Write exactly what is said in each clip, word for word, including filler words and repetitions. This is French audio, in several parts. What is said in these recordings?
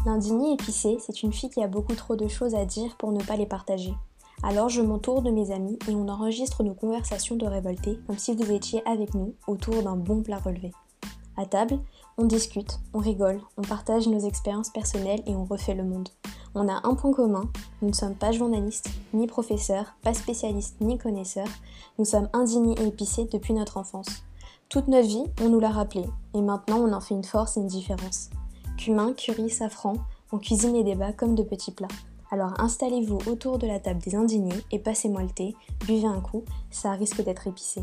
L'indignée épicée, c'est une fille qui a beaucoup trop de choses à dire pour ne pas les partager. Alors je m'entoure de mes amis et on enregistre nos conversations de révoltés comme si vous étiez avec nous autour d'un bon plat relevé. À table, on discute, on rigole, on partage nos expériences personnelles et on refait le monde. On a un point commun, nous ne sommes pas journalistes, ni professeurs, pas spécialistes ni connaisseurs, nous sommes indignés et épicés depuis notre enfance. Toute notre vie, on nous l'a rappelé, et maintenant on en fait une force et une différence. Cumin, curry, safran, on cuisine les débats comme de petits plats. Alors installez-vous autour de la table des indignés et passez-moi le thé, buvez un coup, ça risque d'être épicé.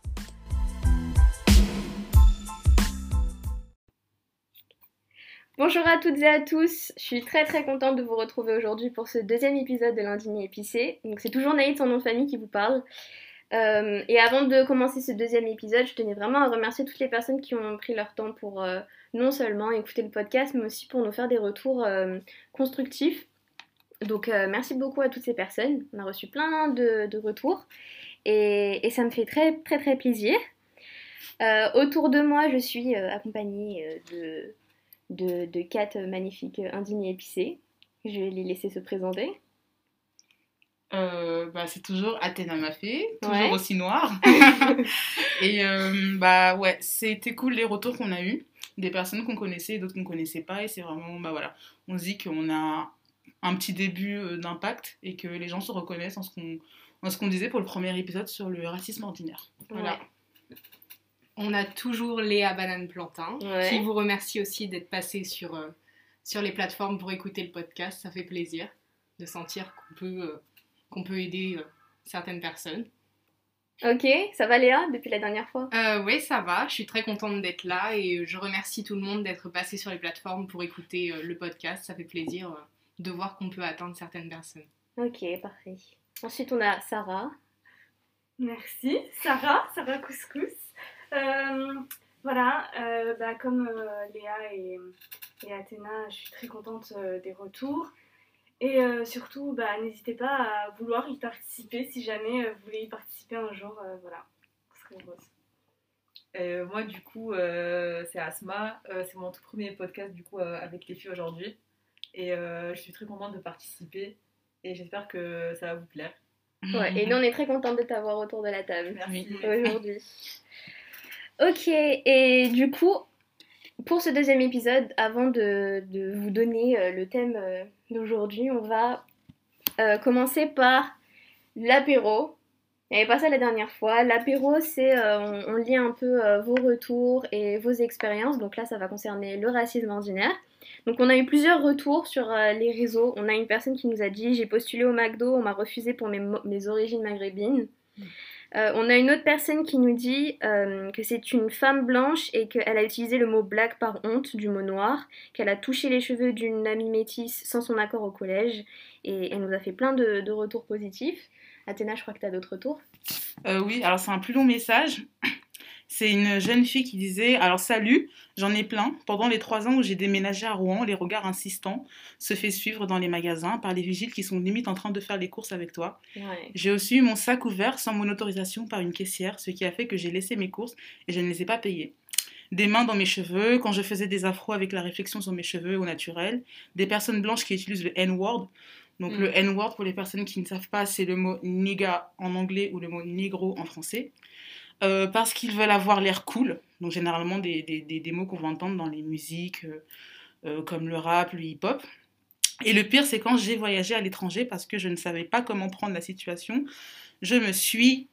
Bonjour à toutes et à tous, je suis très très contente de vous retrouver aujourd'hui pour ce deuxième épisode de l'Indigné épicé. Donc c'est toujours Naïd, son nom de famille, qui vous parle. Euh, et avant de commencer ce deuxième épisode, je tenais vraiment à remercier toutes les personnes qui ont pris leur temps pour euh, non seulement écouter le podcast, mais aussi pour nous faire des retours euh, constructifs. Donc euh, merci beaucoup à toutes ces personnes, on a reçu plein de, de retours et, et ça me fait très très très plaisir. Euh, autour de moi, je suis euh, accompagnée euh, de... de, de quatre magnifiques indignées épicées. Je vais les laisser se présenter. Euh, bah, c'est toujours Athéna Mafé, toujours Ouais. aussi noire. Et euh, bah ouais, c'était cool les retours qu'on a eus, des personnes qu'on connaissait et d'autres qu'on connaissait pas. Et c'est vraiment, bah voilà, on se dit qu'on a un petit début d'impact et que les gens se reconnaissent en ce qu'on, en ce qu'on disait pour le premier épisode sur le racisme ordinaire. Voilà. Ouais. On a toujours Léa Banane Plantain, Ouais. qui vous remercie aussi d'être passée sur, euh, sur les plateformes pour écouter le podcast. Ça fait plaisir de sentir qu'on peut, euh, qu'on peut aider euh, certaines personnes. Ok, ça va Léa, depuis la dernière fois? euh, Oui, ça va. Je suis très contente d'être là et je remercie tout le monde d'être passé sur les plateformes pour écouter euh, le podcast. Ça fait plaisir euh, de voir qu'on peut atteindre certaines personnes. Ok, parfait. Ensuite, on a Sarah. Merci, Sarah, Sarah Couscous. Euh, voilà, euh, bah, comme euh, Léa et, et Athéna, je suis très contente euh, des retours. Et euh, surtout, bah, n'hésitez pas à vouloir y participer si jamais euh, vous voulez y participer un jour. Euh, voilà, je serai heureuse. Euh, moi, du coup, euh, c'est Asma. Euh, c'est mon tout premier podcast du coup euh, avec les filles aujourd'hui. Et euh, je suis très contente de participer. Et j'espère que ça va vous plaire. Ouais, et nous, on est très contente de t'avoir autour de la table Merci. aujourd'hui. Ok, et du coup, pour ce deuxième épisode, avant de, de vous donner euh, le thème euh, d'aujourd'hui, on va euh, commencer par l'apéro. Il n'y avait pas ça la dernière fois. L'apéro, c'est euh, on, on lit un peu euh, vos retours et vos expériences. Donc là, ça va concerner le racisme ordinaire. Donc on a eu plusieurs retours sur euh, les réseaux. On a une personne qui nous a dit « J'ai postulé au McDo, on m'a refusé pour mes, mes origines maghrébines. » Euh, on a une autre personne qui nous dit euh, que c'est une femme blanche et qu'elle a utilisé le mot black par honte du mot noir, qu'elle a touché les cheveux d'une amie métisse sans son accord au collège, et elle nous a fait plein de, de retours positifs. Athéna, je crois que tu as d'autres retours. Euh, oui, alors c'est un plus long message. C'est une jeune fille qui disait « Alors salut, j'en ai plein. Pendant les trois ans où j'ai déménagé à Rouen, les regards insistants se fait suivre dans les magasins par les vigiles qui sont limite en train de faire les courses avec toi. Ouais. J'ai aussi eu mon sac ouvert sans mon autorisation par une caissière, ce qui a fait que j'ai laissé mes courses et je ne les ai pas payées. Des mains dans mes cheveux, quand je faisais des afros avec la réflexion sur mes cheveux au naturel. Des personnes blanches qui utilisent le N-word. Donc mm. le N-word, pour les personnes qui ne savent pas, c'est le mot nigga en anglais ou le mot négro en français. Euh, parce qu'ils veulent avoir l'air cool, donc généralement des, des, des, des mots qu'on va entendre dans les musiques euh, euh, comme le rap, le hip-hop. Et le pire, c'est quand j'ai voyagé à l'étranger parce que je ne savais pas comment prendre la situation, je me suis,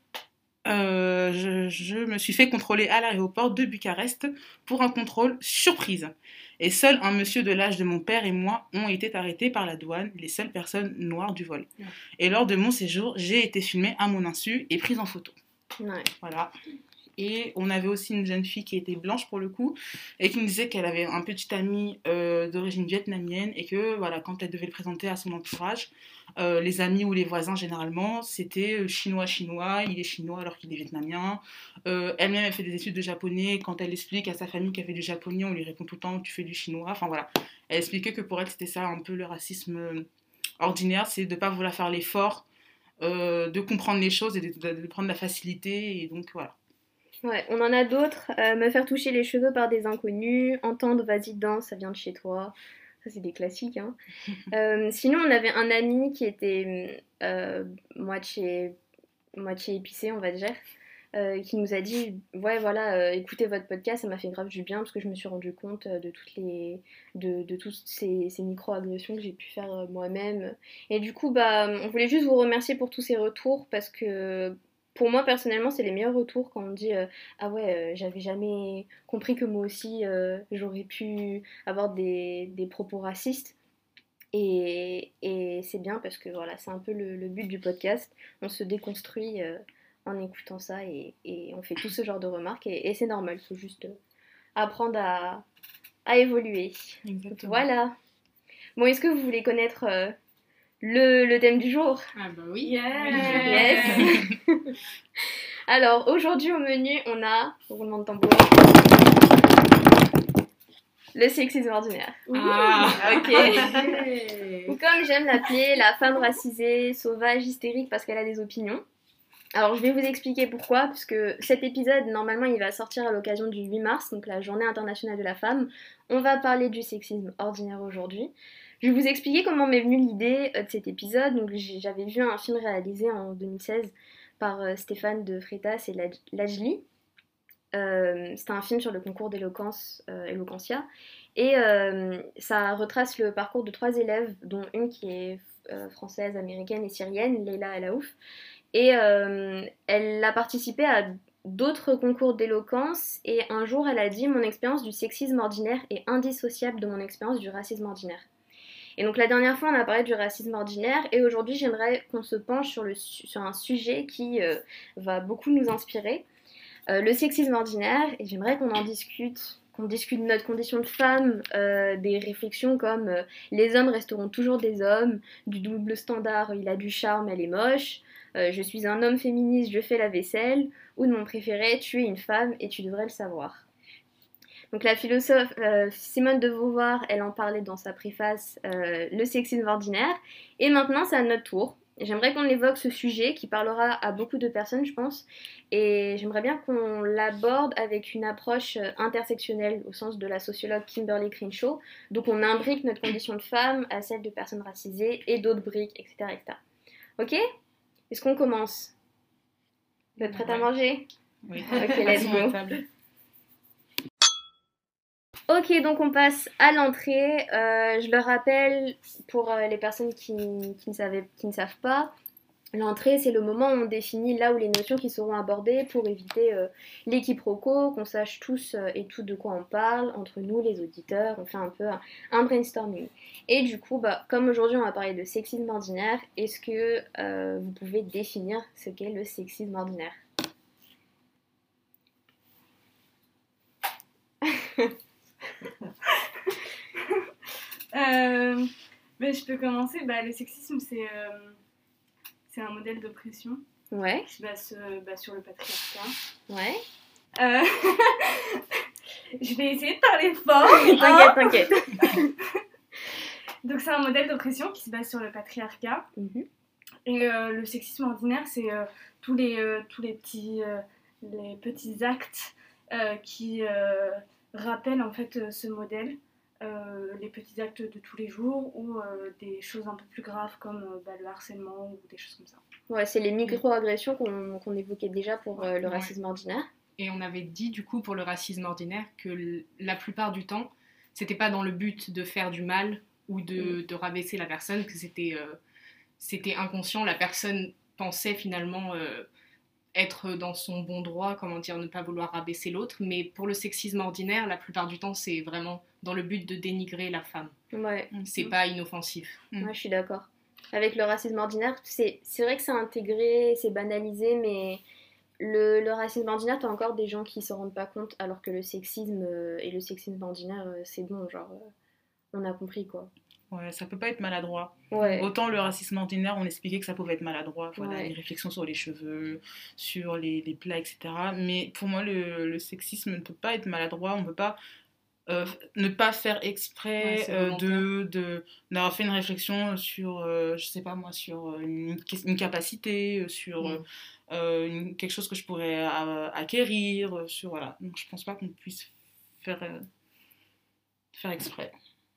euh, je, je me suis fait contrôler à l'aéroport de Bucarest pour un contrôle surprise. Et seul un monsieur de l'âge de mon père et moi ont été arrêtés par la douane, les seules personnes noires du vol. Ouais. Et lors de mon séjour, j'ai été filmée à mon insu et prise en photo. Ouais. Voilà. Et on avait aussi une jeune fille qui était blanche pour le coup et qui nous disait qu'elle avait un petit ami euh, d'origine vietnamienne et que voilà, quand elle devait le présenter à son entourage, euh, les amis ou les voisins généralement, c'était chinois chinois, il est chinois alors qu'il est vietnamien. Euh, elle-même elle fait des études de japonais, quand elle explique à sa famille qu'elle fait du japonais, on lui répond tout le temps tu fais du chinois. Enfin voilà, elle expliquait que pour elle c'était ça un peu le racisme ordinaire, c'est de ne pas vouloir faire l'effort Euh, de comprendre les choses et de, de, de prendre la facilité, et donc voilà. Ouais, on en a d'autres. Euh, me faire toucher les cheveux par des inconnus, entendre vas-y danse, ça vient de chez toi. Ça, c'est des classiques. Hein. euh, sinon, on avait un ami qui était euh, moitié, moitié épicé, on va dire, euh, qui nous a dit ouais, voilà, euh, écoutez votre podcast, ça m'a fait grave du bien parce que je me suis rendu compte de toutes les, de, de toutes ces, ces micro-agressions que j'ai pu faire euh, moi-même. Et du coup, bah, on voulait juste vous remercier pour tous ces retours parce que. Pour moi, personnellement, c'est les meilleurs retours quand on me dit euh, ah ouais, euh, j'avais jamais compris que moi aussi euh, j'aurais pu avoir des, des propos racistes. Et, et c'est bien parce que voilà, c'est un peu le, le but du podcast. On se déconstruit euh, en écoutant ça et, et on fait tout ce genre de remarques et, et c'est normal, il faut juste euh, apprendre à, à évoluer. Exactement. Voilà. Bon, est-ce que vous voulez connaître euh, le, le thème du jour? Ah bah oui. Yes. Alors, aujourd'hui au menu, on a, roulement de tambour, le sexisme ordinaire. Ah. Ok. Ou comme j'aime l'appeler, la femme racisée, sauvage, hystérique parce qu'elle a des opinions. Alors, je vais vous expliquer pourquoi, parce que cet épisode, normalement, il va sortir à l'occasion du huit mars, donc la journée internationale de la femme. On va parler du sexisme ordinaire aujourd'hui. Je vais vous expliquer comment m'est venue l'idée de cet épisode. Donc, j'avais vu un film réalisé en deux mille seize par Stéphane de Freitas et Lajli. Euh, c'était un film sur le concours d'éloquence, euh, Eloquentia. Et euh, ça retrace le parcours de trois élèves, dont une qui est euh, française, américaine et syrienne, Leila Alaouf. Et euh, elle a participé à d'autres concours d'éloquence et un jour elle a dit « Mon expérience du sexisme ordinaire est indissociable de mon expérience du racisme ordinaire ». Et donc la dernière fois on a parlé du racisme ordinaire et aujourd'hui j'aimerais qu'on se penche sur, le, sur un sujet qui euh, va beaucoup nous inspirer, euh, le sexisme ordinaire, et j'aimerais qu'on en discute, qu'on discute de notre condition de femme, euh, des réflexions comme euh, les hommes resteront toujours des hommes, du double standard, il a du charme, elle est moche, Euh, je suis un homme féministe, je fais la vaisselle, ou de mon préféré, tu es une femme et tu devrais le savoir. Donc la philosophe euh, Simone de Beauvoir, elle en parlait dans sa préface euh, Le sexisme ordinaire. Et maintenant, c'est à notre tour. J'aimerais qu'on évoque ce sujet qui parlera à beaucoup de personnes, je pense. Et j'aimerais bien qu'on l'aborde avec une approche intersectionnelle au sens de la sociologue Kimberly Crenshaw. Donc on imbrique notre condition de femme à celle de personnes racisées et d'autres briques, et cetera, et cetera. Ok ? Est-ce qu'on commence? Vous êtes prête à manger? Oui. Ok, let's go. Ok, donc on passe à l'entrée. Euh, je le rappelle pour euh, les personnes qui, qui, ne savaient, qui ne savent pas. L'entrée, c'est le moment où on définit là où les notions qui seront abordées pour éviter euh, les quiproquos, qu'on sache tous euh, et toutes de quoi on parle, entre nous, les auditeurs, on fait un peu un, un brainstorming. Et du coup, bah, comme aujourd'hui on va parler de sexisme ordinaire, est-ce que euh, vous pouvez définir ce qu'est le sexisme ordinaire? euh, ben, je peux commencer. Bah, le sexisme, c'est... Euh... C'est un modèle d'oppression ouais. qui se base euh, bah, sur le patriarcat. Ouais. Euh... je vais essayer de parler fort. T'inquiète, t'inquiète. Donc c'est un modèle d'oppression qui se base sur le patriarcat. Mm-hmm. Et euh, le sexisme ordinaire, c'est euh, tous, les, euh, tous les, petits, euh, les petits actes euh, qui euh, rappellent en fait ce modèle. Euh, les petits actes de tous les jours ou euh, des choses un peu plus graves comme euh, bah, le harcèlement ou des choses comme ça. Ouais, c'est les micro-agressions qu'on, qu'on évoquait déjà pour euh, le ouais. racisme ordinaire. Et on avait dit du coup pour le racisme ordinaire que l- la plupart du temps, c'était pas dans le but de faire du mal ou de, mmh. de rabaisser la personne, que c'était, euh, c'était inconscient, la personne pensait finalement euh, être dans son bon droit, comment dire, ne pas vouloir rabaisser l'autre, mais pour le sexisme ordinaire, la plupart du temps, c'est vraiment dans le but de dénigrer la femme. Ouais. C'est mmh. pas inoffensif. Mmh. Ouais, je suis d'accord. Avec le racisme ordinaire, c'est, c'est vrai que c'est intégré, c'est banalisé, mais le, le racisme ordinaire, t'as encore des gens qui se rendent pas compte, alors que le sexisme euh, et le sexisme ordinaire, euh, c'est bon, genre, euh, on a compris, quoi. Ouais, ça peut pas être maladroit. Ouais. Autant le racisme ordinaire, on expliquait que ça pouvait être maladroit, voilà, ouais. les réflexions sur les cheveux, sur les, les plats, et cetera. Mais pour moi, le, le sexisme ne peut pas être maladroit, on peut pas euh, ne pas faire exprès ouais, euh, de, de, d'avoir fait une réflexion sur, euh, je sais pas moi, sur une, une capacité, sur mm. euh, une, quelque chose que je pourrais euh, acquérir, sur, voilà. Donc je pense pas qu'on puisse faire, euh, faire exprès.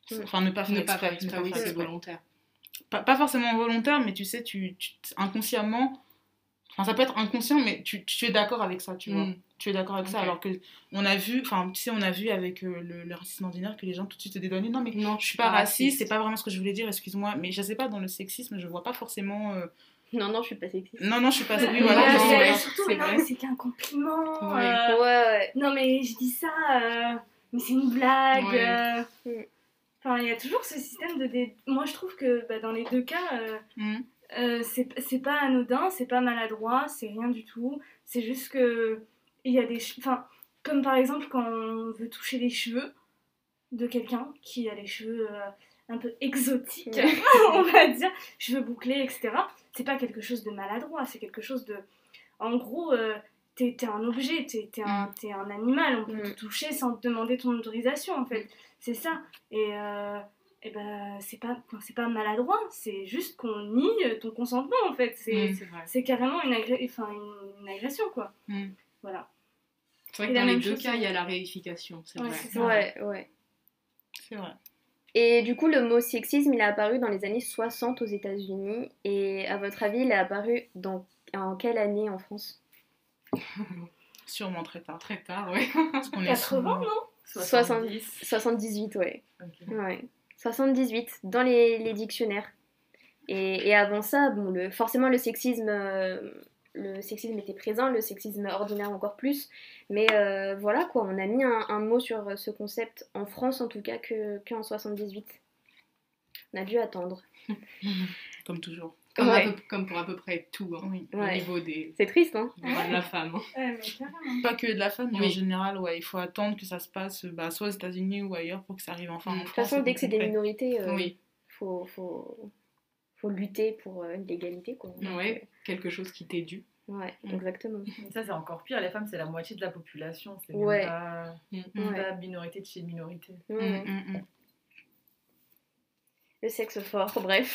Enfin, ne pas faire Ne pas exprès. faire exprès, ne pas oui, faire c'est exprès. volontaire. Pas, pas forcément volontaire, mais tu sais, tu, tu inconsciemment, enfin ça peut être inconscient, mais tu, tu es d'accord avec ça, tu vois. Mm. Tu es d'accord avec ça, Ok. alors que on a vu, enfin tu sais, on a vu avec euh, le, le racisme ordinaire que les gens tout de suite se dédouanaient. Non mais Non, je suis pas raciste, c'est pas vraiment ce que je voulais dire, excuse-moi. Mais je sais pas, dans le sexisme, je vois pas forcément. euh, Non, non, je suis pas sexiste. Non, non, je suis pas. Oui, Non, voilà. mais non, c'est- ouais, surtout, c'est mais non, vrai. mais c'est qu'un compliment. Ouais. euh, Ouais, ouais. Non, mais je dis ça, euh, mais c'est une blague. Ouais. euh. Mm. Enfin, il y a toujours ce système de. dé- Moi, je trouve que bah, dans les deux cas, euh, Mhm. euh, c'est c'est pas anodin, c'est pas maladroit, c'est rien du tout. C'est juste que. Il y a des. che- Enfin, comme par exemple quand on veut toucher les cheveux de quelqu'un qui a les cheveux euh, un peu exotiques, Ouais. on va dire, cheveux bouclés, et cetera. C'est pas quelque chose de maladroit, c'est quelque chose de. En gros, euh, t'es t'es un objet, t'es t'es un, Mm. t'es un animal, on peut Mm. te toucher sans te demander ton autorisation en fait. C'est ça. Et, euh, et ben, c'est pas, enfin, c'est pas maladroit, c'est juste qu'on nie ton consentement en fait. C'est Mm. C'est vrai. c'est carrément une, agré- enfin, une, une agression quoi. Mm. Voilà. C'est vrai Et que la dans les même deux chose, cas, il y a euh, la réification, c'est Ouais, vrai. c'est ça. Ouais, ouais. C'est vrai. Et du coup, le mot sexisme, il est apparu dans les années soixante aux États-Unis. Et à votre avis, il est apparu dans en quelle année en France? Sûrement très tard. Très tard, ouais. Parce qu'on est quatre-vingts, souvent- non soixante-dix. soixante-dix-huit, ouais. Ok. Ouais. soixante-dix-huit, dans les, les dictionnaires. Et, et avant ça, bon, le, forcément, le sexisme, euh, le sexisme était présent, le sexisme ordinaire encore plus. Mais euh, voilà, quoi, on a mis un, un mot sur ce concept, en France en tout cas, que, qu'en soixante-dix-huit. On a dû attendre. Comme toujours. Comme, à Ouais. peu- comme pour à peu près tout, hein, Oui. au Ouais. niveau des C'est triste, hein? droits de la femme. hein. Ouais, mais carrément. Pas que de la femme, mais Oui. en général, ouais, il faut attendre que ça se passe bah, soit aux États-Unis ou ailleurs pour que ça arrive enfin Mm. en De De France. toute façon, et dès qu'on que c'est des comprenne. minorités, euh, Oui, faut, faut, faut lutter pour euh, l'égalité, quoi. Donc, ouais, quelque chose qui t'est dû. euh, ouais, Mm. exactement. Mais ça, c'est encore pire. Les femmes, c'est la moitié de la population. C'est Ouais. même pas, Mm. même Ouais. pas minorité de chez minorité. Ouais, Mm, ouais. mm, mm. Le sexe fort, bref.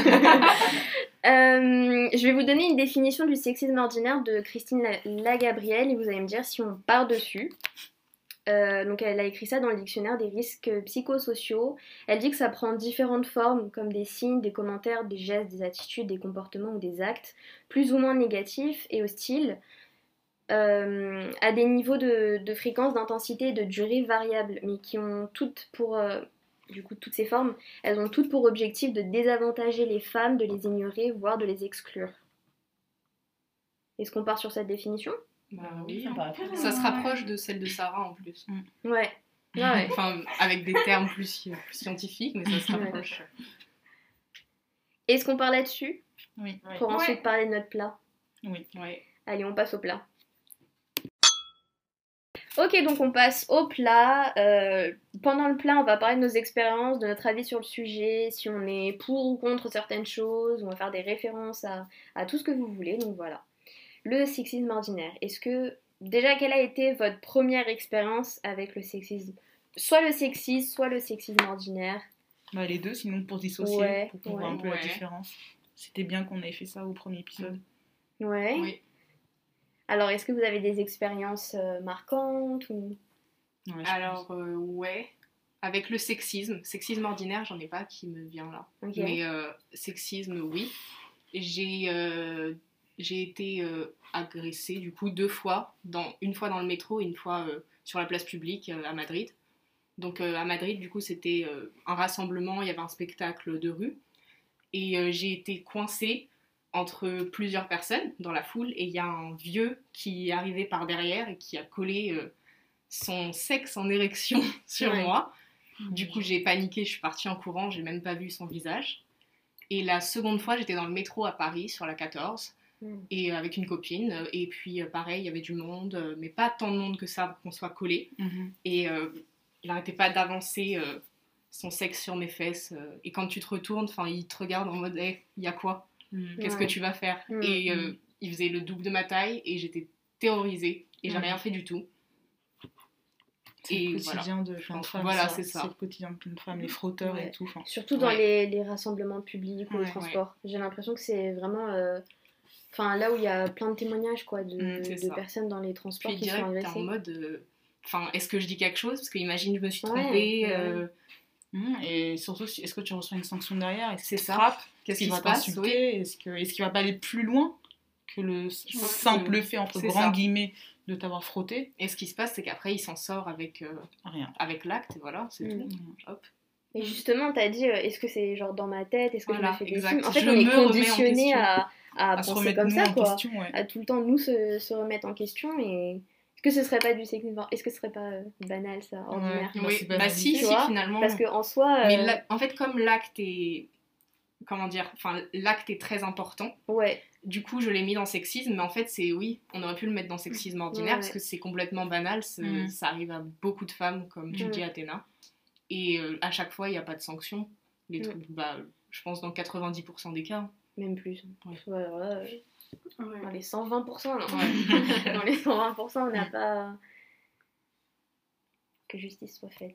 Euh, je vais vous donner une définition du sexisme ordinaire de Christine La- Lagabrielle et vous allez me dire si on part dessus. Euh, donc elle a écrit ça dans le dictionnaire des risques psychosociaux. Elle dit que ça prend différentes formes comme des signes, des commentaires, des gestes, des attitudes, des comportements ou des actes plus ou moins négatifs et hostiles euh, à des niveaux de, de fréquence, d'intensité et de durée variables mais qui ont toutes pour... euh, du coup, toutes ces formes, elles ont toutes pour objectif de désavantager les femmes, de les ignorer, voire de les exclure. Est-ce qu'on part sur cette définition? Bah Ah oui, ça me hein. paraît très bien. Ça se rapproche de celle de Sarah en plus. Ouais. Ouais. Enfin, avec des termes plus, sci- plus scientifiques, mais ça se rapproche. Est-ce qu'on part là-dessus Oui. Ouais. pour Ouais. ensuite parler de notre plat? Ouais. Allez, on passe au plat. Ok, donc on passe au plat. Euh, pendant le plat, on va parler de nos expériences, de notre avis sur le sujet, si on est pour ou contre certaines choses. On va faire des références à, à tout ce que vous voulez. Donc voilà. Le sexisme ordinaire. Est-ce que, déjà, quelle a été votre première expérience avec le sexisme? Soit le sexisme, soit le sexisme ordinaire. Bah, les deux, sinon pour dissocier, Ouais, pour qu'on ouais. voit un peu la Ouais. différence. C'était bien qu'on ait fait ça au premier épisode. Ouais. Oui. Alors, est-ce que vous avez des expériences euh, marquantes ou... Ouais, je Alors, euh, ouais. Avec le sexisme, sexisme ordinaire, j'en ai pas qui me vient là. Ok. Mais euh, sexisme, oui. J'ai euh, j'ai été euh, agressée du coup deux fois, dans, une fois dans le métro et une fois euh, sur la place publique euh, à Madrid. Donc euh, à Madrid, du coup, c'était euh, un rassemblement, il y avait un spectacle de rue. Et euh, j'ai été coincée entre plusieurs personnes dans la foule et il y a un vieux qui est arrivé par derrière et qui a collé euh, son sexe en érection sur Ouais. moi. Du coup, j'ai paniqué, je suis partie en courant, j'ai même pas vu son visage. Et la seconde fois, j'étais dans le métro à Paris, sur la quatorze, Mm. et euh, avec une copine. euh, Et puis, euh, pareil, il y avait du monde, euh, mais pas tant de monde que ça pour qu'on soit collés. Mhm. Et euh, il n'arrêtait pas d'avancer euh, son sexe sur mes fesses. euh, et quand tu te retournes, il te regarde en mode hey, il y a quoi? Mhm. Qu'est-ce Ouais. que tu vas faire? Mm. Et euh, Mm. il faisait le double de ma taille et j'étais terrorisée. Et j'ai Mm. rien fait du tout. C'est Et le quotidien de plein de femmes. Voilà, c'est ça. C'est le quotidien de plein de femmes, les frotteurs Ouais. et tout. Enfin, Surtout dans Ouais. les, les rassemblements publics ou Ouais, les transports. J'ai l'impression que c'est vraiment... euh, Enfin, là où il y a plein de témoignages quoi, de, Mm, c'est de ça. personnes dans les transports Puis qui sont direct, t'es agressées. en mode... euh, Enfin, est-ce que je dis quelque chose? Parce que imagine, je me suis Ouais, trompée. ouais. euh, Mmh, et surtout, si- est-ce que tu reçois une sanction derrière? Est-ce C'est qu'il te ça. frappe? Qu'est-ce Est-ce qu'il qui va se passe? t'insulter? Oui. Est-ce que, est-ce qu'il va pas aller plus loin que le s- Je pense simple que fait, entre c'est grands ça. guillemets, de t'avoir frotté? Et ce qui se passe, c'est qu'après, il s'en sort avec, euh, Rien. avec l'acte, et voilà, c'est Mm. tout. Rien. Hop. Et justement, t'as dit, euh, est-ce que c'est genre dans ma tête, est-ce que je Voilà, me fais des exact. films? En fait, Je on est me remets en conditionné question. à, à, À se penser remettre comme nous ça, en quoi. question, ouais. À tout le temps nous se, se remettre en question. Et est-ce que ce serait pas du sexisme? Est-ce que ce serait pas euh, banal, ça, ordinaire? Bah, Oui, c'est bah banalisé. si, Tu si, vois, finalement. Parce qu'en soi, Mais euh, la- en fait, comme l'acte est. Comment dire? Enfin, l'acte est très important. ouais, Du coup, je l'ai mis dans sexisme, mais en fait, c'est oui, on aurait pu le mettre dans sexisme ordinaire Ouais. parce que c'est complètement banal. c'est- Mm. Ça arrive à beaucoup de femmes, comme tu Mm. dis, Athéna. Et euh, à chaque fois, il n'y a pas de sanction. Les Mm. trucs, bah, je pense dans quatre-vingt-dix pour cent des cas. même plus. Ouais. Ouais, alors là, euh, Ouais. dans les cent vingt pour cent, non. Ouais. Dans les cent vingt pour cent, on n'a Mm. pas. Que justice soit faite.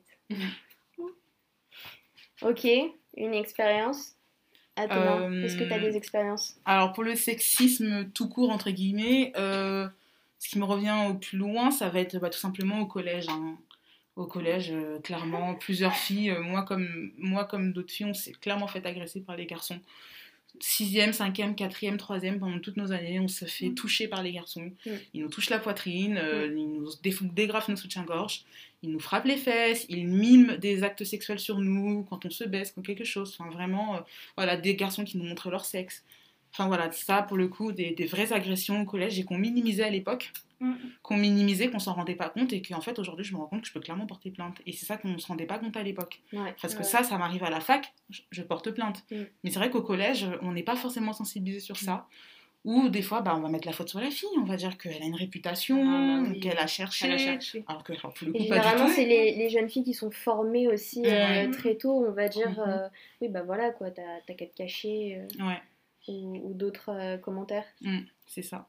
Ok, une expérience. Athéna, Euh, est-ce que tu as des expériences? Alors, pour le sexisme tout court, entre guillemets, euh, ce qui me revient au plus loin, ça va être bah, tout simplement au collège. hein. Au collège, euh, clairement, plusieurs filles, euh, moi comme, moi comme d'autres filles, on s'est clairement fait agresser par les garçons. Sixième, cinquième, quatrième, troisième, pendant toutes nos années, on se fait toucher par les garçons. Mm. Ils nous touchent la poitrine, euh, ils nous déf- dégrafent nos soutiens-gorge, ils nous frappent les fesses, ils miment des actes sexuels sur nous quand on se baisse, quand quelque chose. Enfin, vraiment, euh, voilà, des garçons qui nous montrent leur sexe. Enfin, voilà, ça, pour le coup, des, des vraies agressions au collège et qu'on minimisait à l'époque, Mm. qu'on minimisait, qu'on s'en rendait pas compte et qu'en fait, aujourd'hui, je me rends compte que je peux clairement porter plainte. Et c'est ça qu'on se rendait pas compte à l'époque. Ouais. Parce que Ouais. ça, ça m'arrive à la fac, je, je porte plainte. Mm. Mais c'est vrai qu'au collège, on n'est pas forcément sensibilisé sur ça. Ou des fois, bah, on va mettre la faute sur la fille, on va dire qu'elle a une réputation, Ah, bah oui. qu'elle a cherché. Elle a cherché. Alors que, alors, pour le Et coup, pas du généralement, tout. c'est les, les jeunes filles qui sont formées aussi euh, Ouais. très tôt, on va dire. Mhm. euh, oui, bah voilà, quoi, t'as t'as qu'à te cacher euh, Ouais, ou, ou d'autres euh, commentaires. mm, c'est ça.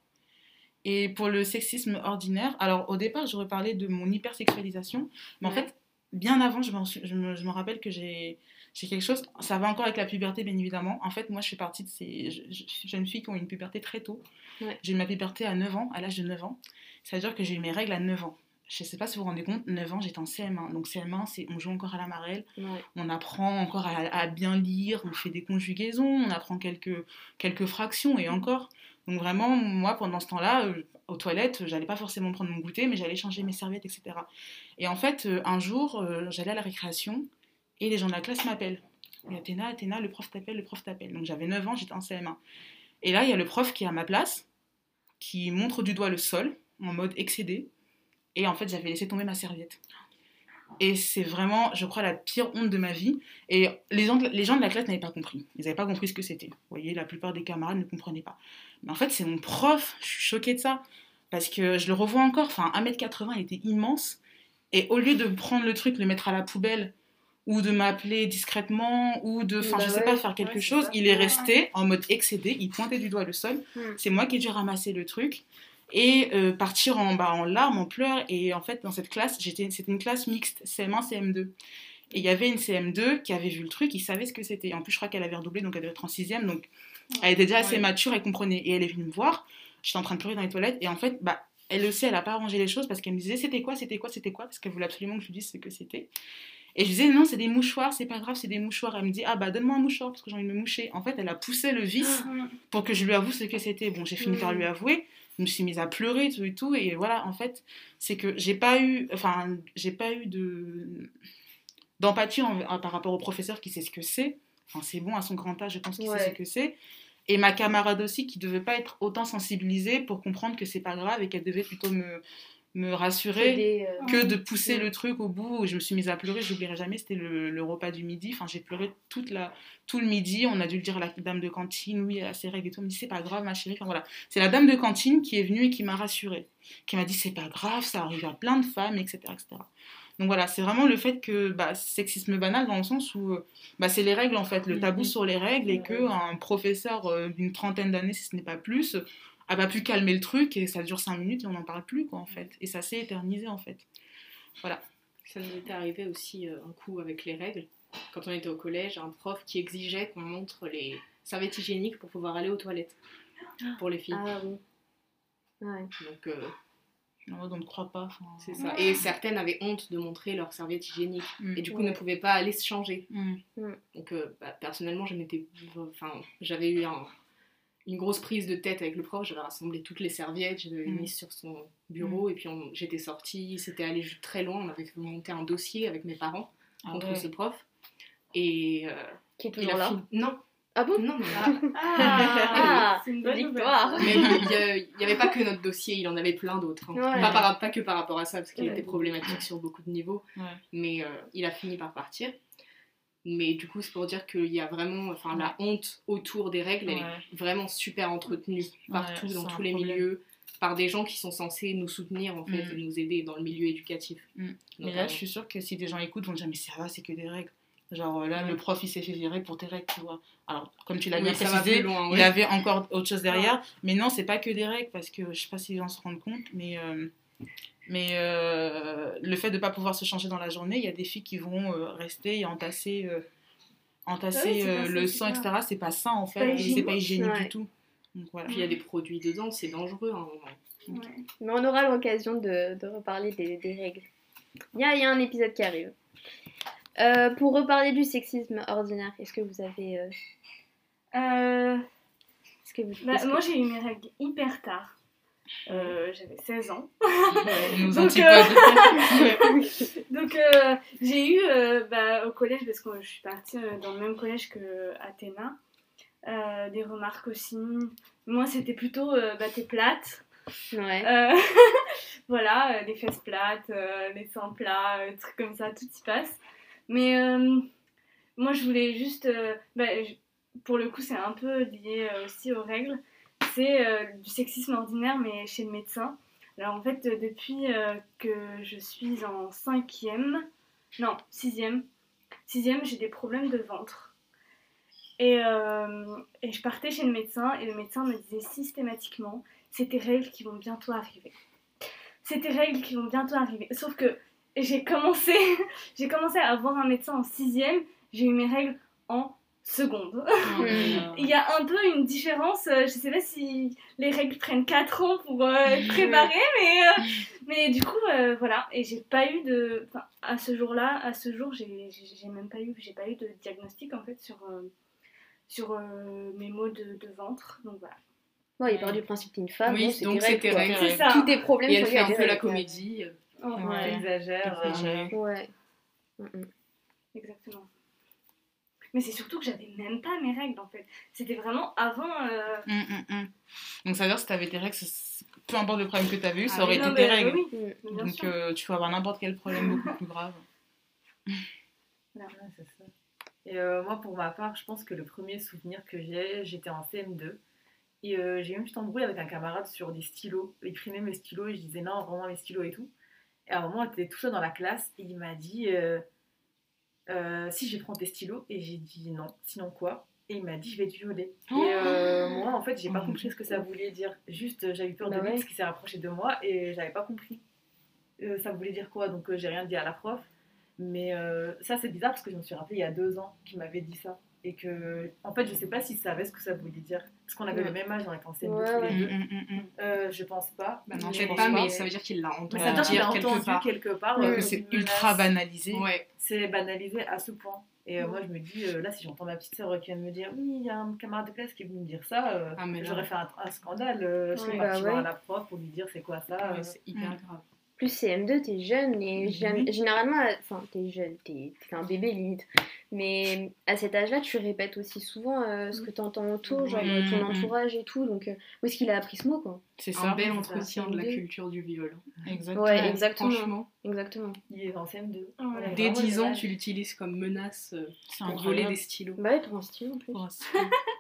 Et pour le sexisme ordinaire, alors au départ, j'aurais parlé de mon hypersexualisation, mais en Ouais. fait, bien avant, je, m'en suis- je, me, je me rappelle que j'ai j'ai quelque chose, ça va encore avec la puberté, bien évidemment. En fait, moi, je fais partie de ces je- je- jeunes filles qui ont une puberté très tôt. Ouais. J'ai eu ma puberté à neuf ans, à l'âge de neuf ans. Ça veut dire que j'ai eu mes règles à neuf ans. Je sais pas si vous vous rendez compte, neuf ans, j'étais en C M un. Donc C M un, c'est, on joue encore à la marelle, Ouais. on apprend encore à, à bien lire, on fait des conjugaisons, on apprend quelques, quelques fractions et encore. Donc vraiment, moi, pendant ce temps-là, euh, aux toilettes, j'allais pas forcément prendre mon goûter, mais j'allais changer mes serviettes, et cetera. Et en fait, euh, un jour, euh, j'allais à la récréation et les gens de la classe m'appellent. Et Athéna, Athéna, le prof t'appelle, le prof t'appelle. Donc j'avais neuf ans, j'étais en C M un. Et là, il y a le prof qui est à ma place, qui montre du doigt le sol, en mode excédé. Et en fait, j'avais laissé tomber ma serviette. Et c'est vraiment, je crois, la pire honte de ma vie. Et les gens de, les gens de la classe n'avaient pas compris. Ils n'avaient pas compris ce que c'était. Vous voyez, la plupart des camarades ne comprenaient pas. Mais en fait, c'est mon prof. Je suis choquée de ça. Parce que je le revois encore. Enfin, un mètre quatre-vingts, il était immense. Et au lieu de prendre le truc, le mettre à la poubelle, ou de m'appeler discrètement, ou de, enfin, Bah je sais ouais, pas, faire quelque ouais, c'est chose, ça. il est Ouais. resté en mode excédé. Il pointait du doigt le sol. Mm. C'est moi qui ai dû ramasser le truc et euh, partir en, bah, en larmes, en pleurs. Et en fait, dans cette classe, j'étais, c'était une classe mixte, C M un, C M deux. Et il y avait une C M deux qui avait vu le truc, qui savait ce que c'était. En plus, je crois qu'elle avait redoublé, donc elle devait être en sixième. Donc, elle était déjà assez Ouais. mature, elle comprenait. Et elle est venue me voir. J'étais en train de pleurer dans les toilettes. Et en fait, bah, elle aussi, elle n'a pas arrangé les choses parce qu'elle me disait c'était quoi, c'était quoi, c'était quoi. Parce qu'elle voulait absolument que je lui dise ce que c'était. Et je disais non, c'est des mouchoirs, c'est pas grave, c'est des mouchoirs. Elle me dit ah bah donne-moi un mouchoir parce que j'ai envie de me moucher. En fait, elle a poussé le vice pour que je lui avoue ce que c'était. Bon, j'ai fini par lui avouer. Je me suis mise à pleurer, tout et tout. Et voilà, en fait, c'est que j'ai pas eu, enfin, j'ai pas eu de d'empathie en- par rapport au professeur qui sait ce que c'est. Enfin, c'est bon, à son grand âge, je pense qu'il Ouais. sait ce que c'est. Et ma camarade aussi, qui devait pas être autant sensibilisée pour comprendre que c'est pas grave et qu'elle devait plutôt me, me rassurer Que des, euh, que de pousser Mm. le truc au bout. Où je me suis mise à pleurer, je n'oublierai jamais, c'était le, le repas du midi. Enfin, j'ai pleuré toute la, tout le midi. On a dû le dire à la dame de cantine, oui, elle a ses règles et tout. Elle me dit, c'est pas grave, ma chérie. Enfin, voilà. C'est la dame de cantine qui est venue et qui m'a rassurée. Qui m'a dit, c'est pas grave, ça arrive à plein de femmes, et cetera et cetera. Donc voilà, c'est vraiment le fait que bah, sexisme banal dans le sens où euh, bah, c'est les règles en fait, le tabou Mhm. sur les règles et qu'un professeur euh, d'une trentaine d'années, si ce n'est pas plus, a pas pu calmer le truc et ça dure cinq minutes et on n'en parle plus quoi en fait. Et ça s'est éternisé en fait. Voilà. Ça nous était arrivé aussi euh, un coup avec les règles. Quand on était au collège, un prof qui exigeait qu'on montre les serviettes hygiéniques pour pouvoir aller aux toilettes pour les filles. Ah oui. Ouais. Donc, euh, Non, on ne croit pas. Enfin... C'est ça. Et certaines avaient honte de montrer leur serviette hygiénique. Mm. Et du coup, Ouais. ne pouvaient pas aller se changer. Mm. Donc, euh, bah, personnellement, je m'étais... Enfin, j'avais eu un... une grosse prise de tête avec le prof. J'avais rassemblé toutes les serviettes, je l'avais Mm. mis sur son bureau. Mm. Et puis, on... j'étais sortie. C'était allé très loin. On avait fait monter un dossier avec mes parents Ah contre ouais. ce prof. Et... Euh... Qui est il toujours a là. fini... Non. Ah bon? Non, non. Ah, c'est une bonne victoire. nouvelle. Mais il n'y avait pas que notre dossier, il en avait plein d'autres. hein. Ouais. Pas, par- pas que par rapport à ça, parce qu'il Ouais. était problématique sur beaucoup de niveaux. Ouais. Mais euh, il a fini par partir. Mais du coup, c'est pour dire qu'il y a vraiment... Enfin, la honte autour des règles, elle Ouais. est vraiment super entretenue partout, Ouais, dans c'est tous un les problème. milieux, par des gens qui sont censés nous soutenir, en fait, Mm. et nous aider dans le milieu éducatif. Mm. Mais Notamment. là, je suis sûre que si des gens écoutent, vont dire, mais ça va, c'est que des règles. Genre euh, là, Ouais. le prof, il s'est fait virer pour tes règles, tu vois. Alors, comme tu l'as Oui, bien ça va précisé, plus loin, il ouais. y avait encore autre chose derrière. Mais non, c'est pas que des règles, parce que je sais pas si les gens se rendent compte, mais, euh, mais euh, le fait de pas pouvoir se changer dans la journée, il y a des filles qui vont euh, rester et entasser, euh, entasser Ouais, c'est euh, pas ça, le c'est sang, pas- et cetera. C'est pas ça, en c'est fait. pas et C'est hygiénique. pas hygiénique Ouais. du tout. Donc voilà. Puis il y a des produits dedans, c'est dangereux à un moment. Ouais. Mais on aura l'occasion de, de reparler des, des règles. Il y a, il y a un épisode qui arrive. Euh, pour reparler du sexisme ordinaire, est-ce que vous avez... euh, Euh, Est-ce que vous... bah, est-ce que- moi, j'ai eu mes règles hyper tard. Euh, J'avais seize ans. Nos Donc, antipodes. Donc euh, j'ai eu euh, bah, au collège, parce que je suis partie euh, dans le même collège que Athéna, euh, des remarques aussi. Moi c'était plutôt euh, bah t'es plate, Ouais. Euh, voilà, euh, les fesses plates, euh, les seins plats, euh, trucs comme ça, tout y passe. Mais euh, moi je voulais juste, euh, bah, je- pour le coup c'est un peu lié euh, aussi aux règles, c'est euh, du sexisme ordinaire mais chez le médecin. Alors en fait, euh, depuis euh, que je suis en cinquième, non, sixième, sixième, j'ai des problèmes de ventre. Et, euh, et je partais chez le médecin et le médecin me disait systématiquement, c'est tes règles qui vont bientôt arriver. C'est tes règles qui vont bientôt arriver. Sauf que j'ai commencé, j'ai commencé à avoir un médecin en sixième, j'ai eu mes règles en seconde. Il y a un peu une différence, euh, je sais pas si les règles prennent quatre ans pour euh, être préparées, mais, euh, mais du coup, euh, voilà. Et j'ai pas eu de. Enfin, à ce jour-là, à ce jour, j'ai j'ai- j'ai même pas eu, j'ai pas eu de diagnostic en fait sur, euh, sur euh, mes maux de, de ventre. Donc voilà. Bon, il part du principe qu'une femme, Oui, bon, c'est donc tes c'est tes quoi. règles. C'est ça. Tous tes problèmes Et elle sont fait liés à un des peu la règles, quoi. comédie. Oh, Ouais. Exagère. Exagère. euh, Ouais. Mm, mm. exactement. Mais c'est surtout que j'avais même pas mes règles en fait. C'était vraiment avant. euh, Hum, hum, hum. Donc ça veut dire que si t'avais tes règles, ça- peu importe le problème que t'avais eu, ça ah, aurait non, été tes mais, règles. Oui, Mm. mais bien Donc sûr. euh, tu peux avoir n'importe quel problème beaucoup plus grave. Ouais, c'est ça. Et euh, moi, pour ma part, je pense que le premier souvenir que j'ai, j'étais en C M deux. Et euh, j'ai eu une petite embrouille avec un camarade sur des stylos. Il primait mes stylos et je disais non, vraiment mes stylos et tout. Et à un moment, on était tout seul dans la classe et il m'a dit euh, euh, si je vais prendre tes stylos. Et j'ai dit non, sinon quoi? Et il m'a dit je vais te violer. Oh. Et euh, moi, en fait, j'ai pas Oh. compris ce que ça voulait dire. Juste, j'avais peur Bah de lui ouais. parce qu'il s'est rapproché de moi et j'avais pas compris. Euh, ça voulait dire quoi? Donc euh, j'ai rien dit à la prof. Mais euh, ça, c'est bizarre parce que je me suis rappelé il y a deux ans qu'il m'avait dit ça. Et que, en fait, je sais pas s'il savait ce que ça voulait dire. Parce qu'on avait Ouais. le même âge, on était en C M deux Ouais, tous ouais. les Hum, deux. hum, hum, hum. Euh, je pense pas. Bah non, je Peut-être pense pas, pas. mais ça veut dire qu'il l'a entendu Mais ça veut dire qu'il dire a quelque entendu part. quelque part. Ouais, euh, Que c'est une ultra menace. banalisé. Ouais. C'est banalisé à ce point. Et euh, moi, je me dis, euh, là, si j'entends ma petite sœur qui vient de me dire, oui, il y a un camarade de classe qui est venu me dire ça, euh, Ah, mais là- j'aurais fait un, un scandale. Euh, je serais Ouais, partie bah voir ouais. la prof pour lui dire c'est quoi ça. Ouais, euh. c'est hyper Mm. grave. Plus C M deux, t'es jeune, et Oui. gén- généralement, enfin, t'es jeune, t'es t'es un bébé limite. Mais à cet âge-là, tu répètes aussi souvent euh, ce que t'entends autour, genre euh, ton Mm, mm. entourage et tout. Donc, euh, où est-ce qu'il a appris ce mot, quoi? C'est Un ça. bel c'est entretien de la ça. culture du viol. Exactement. Ouais, exactement. Franchement, Exactement. Il est en C M deux. Ouais. On est dès vraiment dix ans, l'âge. tu l'utilises comme menace euh, C'est pour voler incroyable. des stylos. Bah ouais, pour un stylo en plus. Pour un stylo.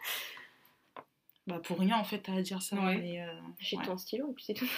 Bah pour rien en fait t'as à dire ça. Ouais. Mais, euh, J'ai ouais. ton stylo, et puis c'est tout.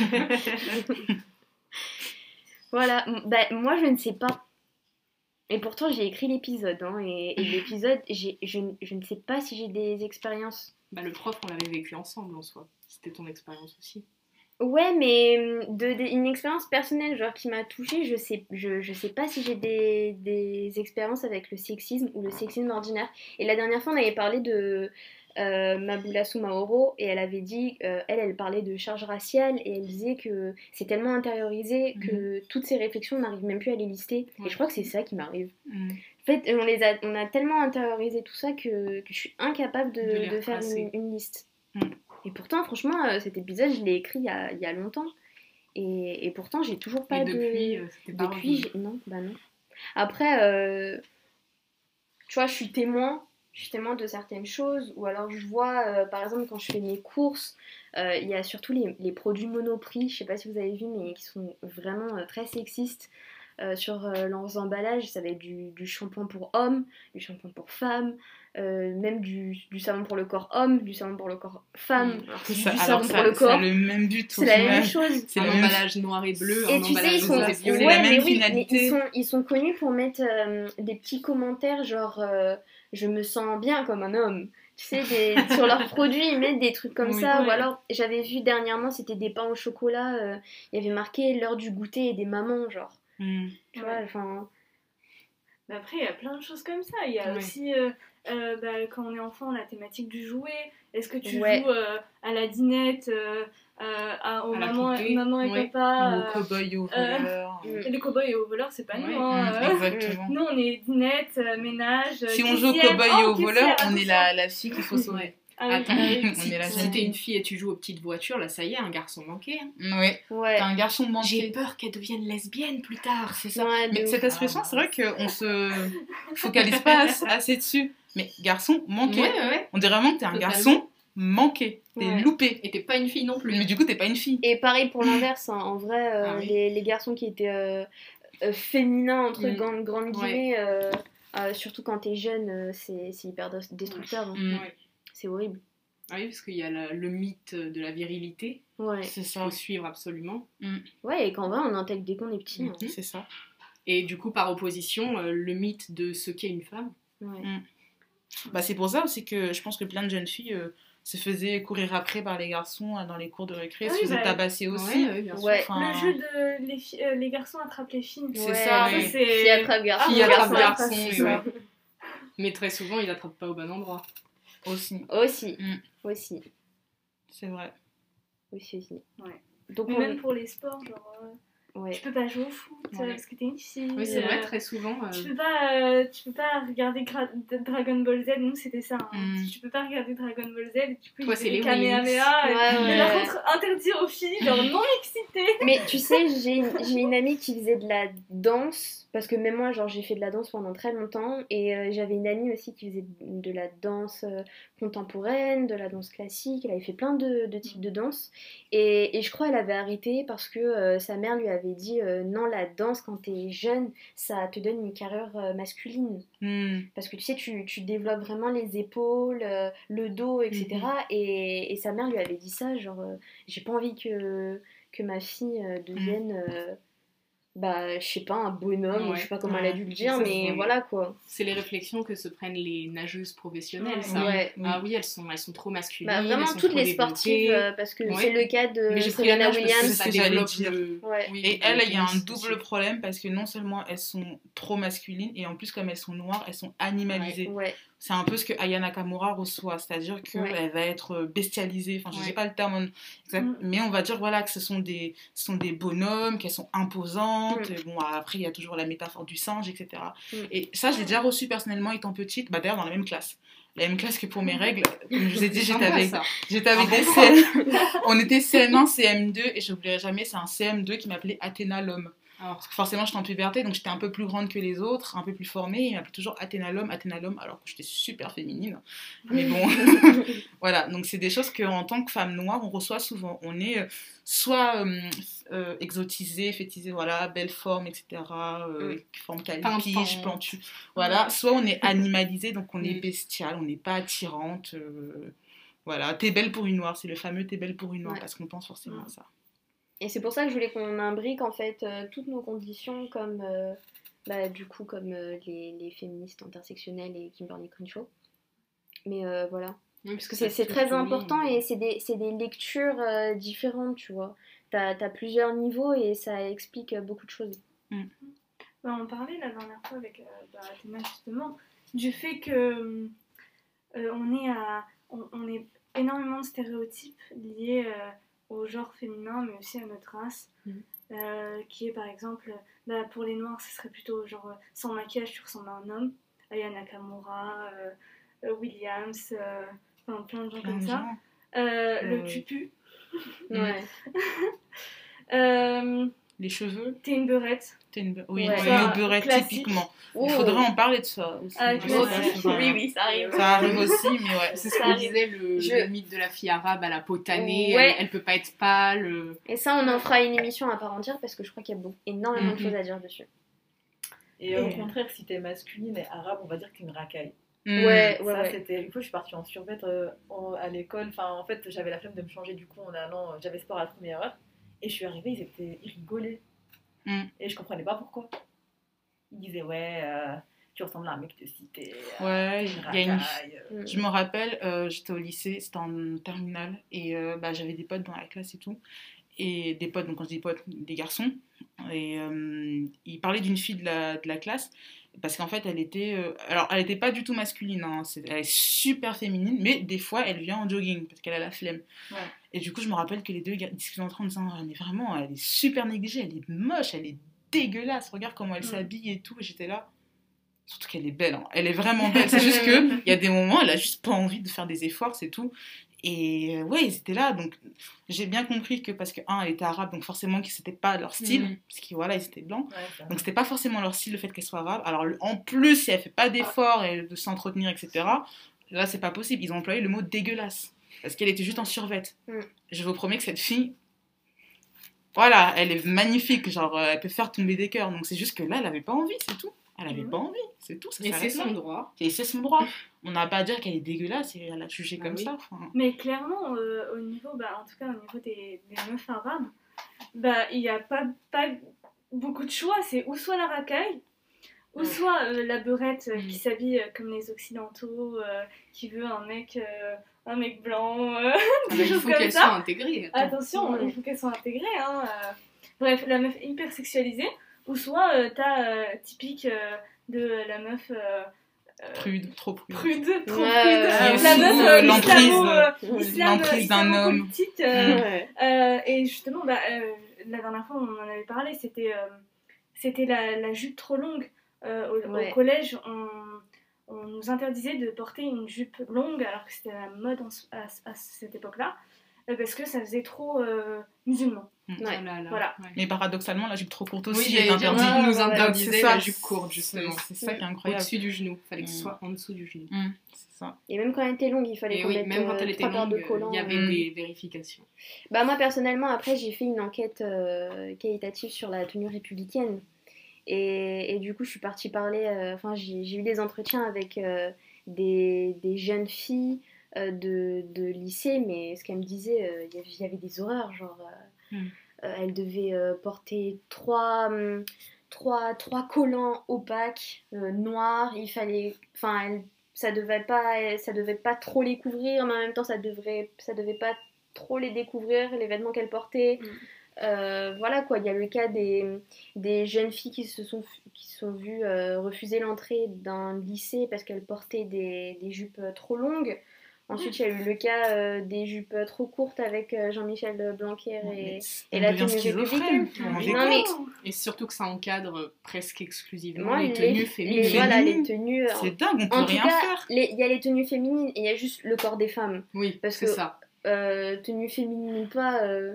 Voilà, M- bah, moi je ne sais pas. Et pourtant j'ai écrit l'épisode, hein, et, et l'épisode, j'ai- je, ne- je ne sais pas si j'ai des expériences. Bah, le prof, on l'avait vécu ensemble en soi. C'était ton expérience aussi. Ouais, mais hum, de, de- une expérience personnelle, genre qui m'a touchée, je sais, je, je sais pas si j'ai des, des expériences avec le sexisme ou le sexisme ordinaire. Et la dernière fois, on avait parlé de, euh, Maboula Soumaoro, et elle avait dit, euh, elle, elle parlait de charge raciale, et elle disait que c'est tellement intériorisé que mm. toutes ces réflexions, on n'arrive même plus à les lister. Ouais. Et je crois que c'est ça qui m'arrive. Mm. En fait, on, les a, on a tellement intériorisé tout ça que, que je suis incapable de, de, de faire une, une liste. Mm. Et pourtant, franchement, euh, cet épisode, je l'ai écrit il y a, il y a longtemps. Et, et pourtant, j'ai toujours pas et de... depuis, euh, c'était pas depuis, non, bah non. Après, euh, tu vois, je suis témoin, je suis témoin de certaines choses, ou alors je vois, euh, par exemple, quand je fais mes courses, euh, il y a surtout les, les produits Monoprix, je sais pas si vous avez vu, mais qui sont vraiment euh, très sexistes. Euh, sur euh, leurs emballages, ça va être du, du shampoing pour hommes, du shampoing pour femmes, euh, même du, du savon pour le corps homme, du savon pour le corps femme, mmh. alors c'est ça, du alors savon ça, pour le corps. C'est le même but. C'est la même chose. C'est un emballage noir et bleu, et un tu emballage sais, ils sont, rose et violet. ouais, la même mais oui, finalité. Mais ils, sont, ils sont connus pour mettre euh, des petits commentaires genre euh, je me sens bien comme un homme. Tu sais, des, sur leurs produits, ils mettent des trucs comme oui, ça. Ouais. Ou alors, j'avais vu dernièrement, c'était des pains au chocolat, euh, il y avait marqué l'heure du goûter et des mamans, genre. Mm. Tu vois, enfin... Mais après, il y a plein de choses comme ça. Il y a ouais. aussi, euh, euh, bah, quand on est enfant, la thématique du jouet. Est-ce que tu ouais. joues euh, à la dinette, euh, à, aux à maman, maman et ouais. papa Au cow-boy et au voleur. Euh, les cow-boys et au voleur, c'est pas ouais. nous. Hein, mmh, exactement. Nous, on est dinette, ménage. Si on joue au cow-boy et au voleur, on est la, la fille qu'il faut sauver. Ah, Attends, oui. si, si t'es une fille et tu joues aux petites voitures, là ça y est, un garçon manqué. Hein. Ouais. ouais. T'as un garçon manqué. J'ai peur qu'elle devienne lesbienne plus tard, c'est ça. Ouais, mais cette expression, ah, c'est vrai qu'on se focalise pas assez dessus. Mais garçon manqué. Ouais, ouais. On dirait vraiment que t'es un Totalement. garçon manqué. T'es ouais. loupé. Et t'es pas une fille non plus. Mais du coup, t'es pas une fille. Et pareil pour l'inverse. Hein. En vrai, euh, ah, oui. les, les garçons qui étaient euh, euh, féminins, entre mm. grandes, grandes guillemets, ouais. euh, euh, surtout quand t'es jeune, euh, c'est, c'est hyper destructeur. Hein. Mm. Ouais. C'est horrible. Ah oui, parce qu'il y a la, le mythe de la virilité. Ouais. C'est ça. Qu'il faut suivre absolument. Mm. Ouais, et qu'en vrai, on intègre dès qu'on est petit. Mm. Hein. C'est ça. Et du coup, par opposition, euh, le mythe de ce qu'est une femme. Ouais. Mm. Bah, c'est pour ça aussi que je pense que plein de jeunes filles euh, se faisaient courir après par les garçons euh, dans les cours de récré, ah, se oui, faisaient bah, tabasser aussi. Ouais, ouais, bien sûr. Ouais. Enfin... Le jeu de les, fi- euh, les garçons attrapent les filles. C'est ouais, ça, ouais. c'est... Filles attrapent garçons. Filles attrapent garçons, oui, ouais. Mais très souvent, ils n'attrapent pas au bon endroit. Aussi. Aussi. Mm. Aussi. C'est vrai. Aussi, aussi. Ouais. Donc, Mais on... même pour les sports, genre... Euh... Ouais. Tu peux pas jouer au foot ouais. parce que t'es une fille. Oui, c'est euh, vrai, très souvent. Euh... Tu, peux pas, euh, tu peux pas regarder Gra- Dragon Ball Z, nous c'était ça. Hein. Mm. Tu peux pas regarder Dragon Ball Z et tu peux Toi, c'est les Kamehameha. Ouais, ouais. Mais par contre, interdit aux filles, genre non excitées. Mais tu sais, j'ai, j'ai une amie qui faisait de la danse. Parce que même moi, genre, j'ai fait de la danse pendant très longtemps. Et euh, j'avais une amie aussi qui faisait de la danse euh, contemporaine, de la danse classique. Elle avait fait plein de, de types de danse. Et, et je crois qu'elle avait arrêté parce que euh, sa mère lui avait dit euh, non, la danse, quand t'es jeune, ça te donne une carrure euh, masculine. Mm. Parce que tu sais, tu, tu développes vraiment les épaules, euh, le dos, et cetera. Mm-hmm. Et, et sa mère lui avait dit ça, genre, euh, j'ai pas envie que, que ma fille euh, devienne... Mm. Euh, bah je sais pas un bonhomme ouais, ou je sais pas comment ouais, elle a dû le dire mais c'est... voilà quoi. C'est les réflexions que se prennent les nageuses professionnelles ouais. ça. Ouais. Ah oui elles sont elles sont trop masculines. Bah vraiment toutes les sportives euh, parce que ouais. c'est le cas de Serena Williams, ça développe le... ouais. oui, et elles il y a un double problème parce que non seulement elles sont trop masculines et en plus comme elles sont noires elles sont animalisées. Ouais. Ouais. C'est un peu ce que Aya Nakamura reçoit, c'est-à-dire qu'elle ouais. va être bestialisée, enfin je ouais. sais pas le terme exact, mm. mais on va dire voilà que ce sont des, ce sont des bonhommes, qu'elles sont imposantes, mm. bon après il y a toujours la métaphore du singe, et cetera. Mm. Et ça je l'ai déjà reçu personnellement étant petite, bah d'ailleurs dans la même classe. La même classe que pour mes règles, comme je vous ai dit, j'étais avec, j'étais avec des C M, on était C M un, C M deux, et je n'oublierai jamais, c'est un C M deux qui m'appelait Athéna l'homme. Alors, parce que forcément j'étais en puberté donc j'étais un peu plus grande que les autres, un peu plus formée, il m'appelait toujours Athéna l'homme, Athéna l'homme alors que j'étais super féminine, mais bon voilà, donc c'est des choses qu'en tant que femme noire on reçoit souvent, on est soit euh, euh, exotisée, fétisée, voilà, belle forme, etc, euh, mm. forme calipige, pentue, voilà, mm. soit on est animalisée donc on est mm. bestiale, on n'est pas attirante, euh, voilà, t'es belle pour une noire, c'est le fameux t'es belle pour une noire, ouais. parce qu'on pense forcément mm. à ça. Et c'est pour ça que je voulais qu'on imbrique en fait euh, toutes nos conditions comme euh, bah, du coup comme euh, les, les féministes intersectionnelles et Kimberly Crenshaw. Mais euh, voilà. Oui, parce que c'est, c'est très important et c'est des, c'est des lectures euh, différentes, tu vois. T'as, t'as plusieurs niveaux et ça explique euh, beaucoup de choses. Mm. Bah, on parlait la dernière fois avec euh, bah, Athéna justement du fait que euh, on est à on, on est énormément de stéréotypes liés euh, au genre féminin, mais aussi à notre race. Mm. Euh, qui est par exemple, bah, pour les noirs, ce serait plutôt genre euh, sans maquillage, tu ressembles à un homme. Aya Nakamura, euh, euh, Williams, euh, enfin, plein de gens Plein comme de ça. gens. Euh, Le Euh. tupu. Ouais. Euh, Les cheveux, T'es une beurette. t'es une... Oui, Ouais. le Ça, mot beurette, classique. typiquement. Oh. Il faudrait en parler de ça aussi. Ah, Je sais classique. pas si ça- Oui, oui, ça arrive. Ça arrive aussi, mais ouais. C'est ce Ça qu'on arrive. disait, le, Je- le mythe de la fille arabe à la peau tannée, Ouais. elle, elle peut pas être pâle. euh. Et ça, on en fera une émission à part entière parce que je crois qu'il y a beaucoup, énormément de Mhm. choses à dire dessus. Et euh, au Et- contraire, si t'es masculine et arabe, on va dire que t'es une racaille. Mm. Ouais, ouais, ça, ouais. c'était. Une fois, je suis partie en survêt euh, en- à l'école. Enfin, en fait, j'avais la flemme de me changer du coup en allant. J'avais sport à la première heure. Et je suis arrivée, ils, étaient... ils rigolaient. Mm. Et je comprenais pas pourquoi. Ils disaient, ouais, euh, tu ressembles à un mec de cité. euh, Ouais, t'es il y a une... racaille. Mm. Je me rappelle, euh, j'étais au lycée, c'était en terminale, et euh, bah, j'avais des potes dans la classe et tout. Et des potes, donc quand je dis potes, des garçons. Et euh, ils parlaient d'une fille de la, de la classe, parce qu'en fait, elle était... euh, alors, elle n'était pas du tout masculine, hein, c'est- elle est super féminine, mais des fois, elle vient en jogging, parce qu'elle a la flemme. Ouais. Et du coup, je me rappelle que les deux gars discutaient entre eux en disant, ah, mais vraiment, elle est super négligée, elle est moche, elle est dégueulasse, regarde comment elle Mm. s'habille et tout. Et j'étais là... Surtout qu'elle est belle, hein. Elle est vraiment belle. C'est juste qu'il y a des moments, elle a juste pas envie de faire des efforts, c'est tout. Et euh, ouais, ils étaient là. Donc j'ai bien compris que parce que, un, elle était arabe, donc forcément que c'était pas leur style, Mhm. parce qu'ils voilà, ils étaient blancs. Ouais, ça. Donc c'était pas forcément leur style le fait qu'elle soit arabe. Alors le- en plus, si elle fait pas d'efforts et de s'entretenir, et cetera, là c'est pas possible. Ils ont employé le mot dégueulasse. Parce qu'elle était juste en survêt. Mm. Je vous promets que cette fille. Voilà, elle est magnifique, genre euh, elle peut faire tomber des cœurs. Donc c'est juste que là, elle avait pas envie, c'est tout. Elle avait Mhm. pas envie, c'est tout. Ça Et c'est s'arrête là. son droit. Et c'est son droit. On n'a pas à dire qu'elle est dégueulasse et elle a jugé Ah comme oui. ça. Enfin, Mais clairement, euh, au niveau, bah, en tout cas au niveau des, des meufs arabes, bah, il n'y a pas, pas beaucoup de choix. C'est ou soit la racaille, ou Ouais. soit euh, la beurette euh, Mhm. qui s'habille euh, comme les occidentaux, euh, qui veut un mec, euh, un mec blanc, euh, Ah des bah, il choses faut comme qu'elle ça. soit intégrée. Attends. Attention, Ouais. il faut qu'elles soient intégrées. Hein, euh. Bref, la meuf hyper sexualisée, ou soit euh, t'as euh, typique euh, de la meuf euh, euh, prude, trop prude. prude, trop Ouais, prude, ouais, la ouais. meuf Sous, euh, euh, l'emprise, islamo, euh, Ouais. islam, l'emprise d'un homme. islamo-politique, euh, Mm. Ouais. euh, et justement, bah, euh, la dernière fois, on en avait parlé, c'était euh, c'était la, la jupe trop longue. Euh, au, Ouais. au collège, on, on nous interdisait de porter une jupe longue, alors que c'était la mode en ce- à, à cette époque-là, euh, parce que ça faisait trop euh, musulman. Ouais. Oh là là, Voilà. ouais. Mais paradoxalement, la jupe trop courte Oui, aussi est j'allais dire, interdite. Ouais, nous ouais, ouais. interdisaient C'est ça, la jupe courte, justement. C'est c'est ça qui est incroyable. Au-dessus du genou. Fallait que ce Mm. soit en dessous du genou. Mm, c'est ça. Et même quand elle était longue, il fallait Et qu'on oui, mette même quand euh, elle était trois paires de longue, collants. il y avait Mm. des vérifications. Bah moi personnellement, après j'ai fait une enquête euh, qualitative sur la tenue républicaine. Et, et du coup, je suis partie parler, euh, enfin j'ai j'ai eu des entretiens avec euh, des, des jeunes filles euh, de, de lycée, mais ce qu'elles me disaient, euh, il y avait- il y avait des horreurs, genre euh, Mm. euh, elles devaient euh, porter trois, hum, trois, trois collants opaques, euh, noirs, il fallait, enfin elles- ça devait pas, ça devait pas trop les couvrir, mais en même temps ça devrait, ça devait pas trop les découvrir, les vêtements qu'elles portaient. Mm. Euh, voilà quoi, il y a le cas des, des jeunes filles qui se sont, qui se sont vues euh, refuser l'entrée d'un lycée parce qu'elles portaient des, des jupes euh, trop longues. Ensuite, il y a eu le cas euh, des jupes euh, trop courtes avec euh, Jean-Michel Blanquer et, On et la devient tenue schizophrène. républicaine. Vous vous rendez Non, mais- compte Et surtout que ça encadre presque exclusivement Moi, les les, tenues les- féminines. voilà, les Féminines. tenues. euh, C'est dingue, on peut en tout rien cas, faire. les- il y a les tenues féminines et il y a juste le corps des femmes. Oui, Parce c'est que- ça. Euh, tenue féminine ou pas, euh,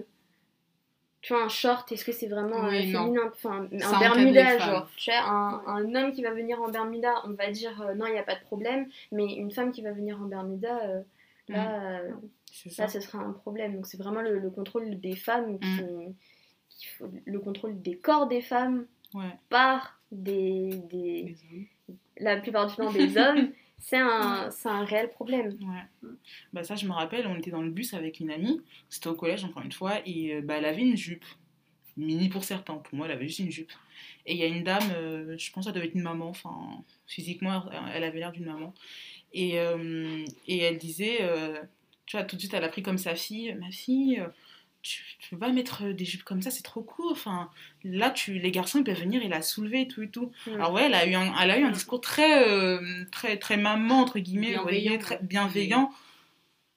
tu vois, un short, est-ce que c'est vraiment euh, Oui, non. féminin? Enfin, Ça un encadre Bermuda, les femmes. genre, tu sais, un, un homme qui va venir en Bermuda, on va dire euh, non, il n'y a pas de problème, mais une femme qui va venir en Bermuda, euh, là, euh, C'est ça. là, ce sera un problème. Donc, c'est vraiment le, le contrôle des femmes, qui Mm. sont- qui faut- le contrôle des corps des femmes Ouais. par des, des, Les hommes. la plupart du temps des hommes, c'est un, c'est un réel problème. Ouais. Bah ça, je me rappelle, on était dans le bus avec une amie, c'était au collège encore une fois, et euh, bah, elle avait une jupe, mini pour certains, pour moi elle avait juste une jupe. Et il y a une dame, euh, je pense qu'elle devait être une maman, enfin physiquement elle- elle avait l'air d'une maman, et, euh, et elle disait, euh, tu vois, tout de suite elle a pris comme sa fille, ma fille, euh, tu, tu peux pas mettre des jupes comme ça, c'est trop court, enfin là tu, les garçons ils peuvent venir et la soulever et tout et tout. Mm. Alors ouais, elle a eu un, elle a eu un discours très, euh, très, très maman entre guillemets, vous voyez, Bienveillant. très bienveillant.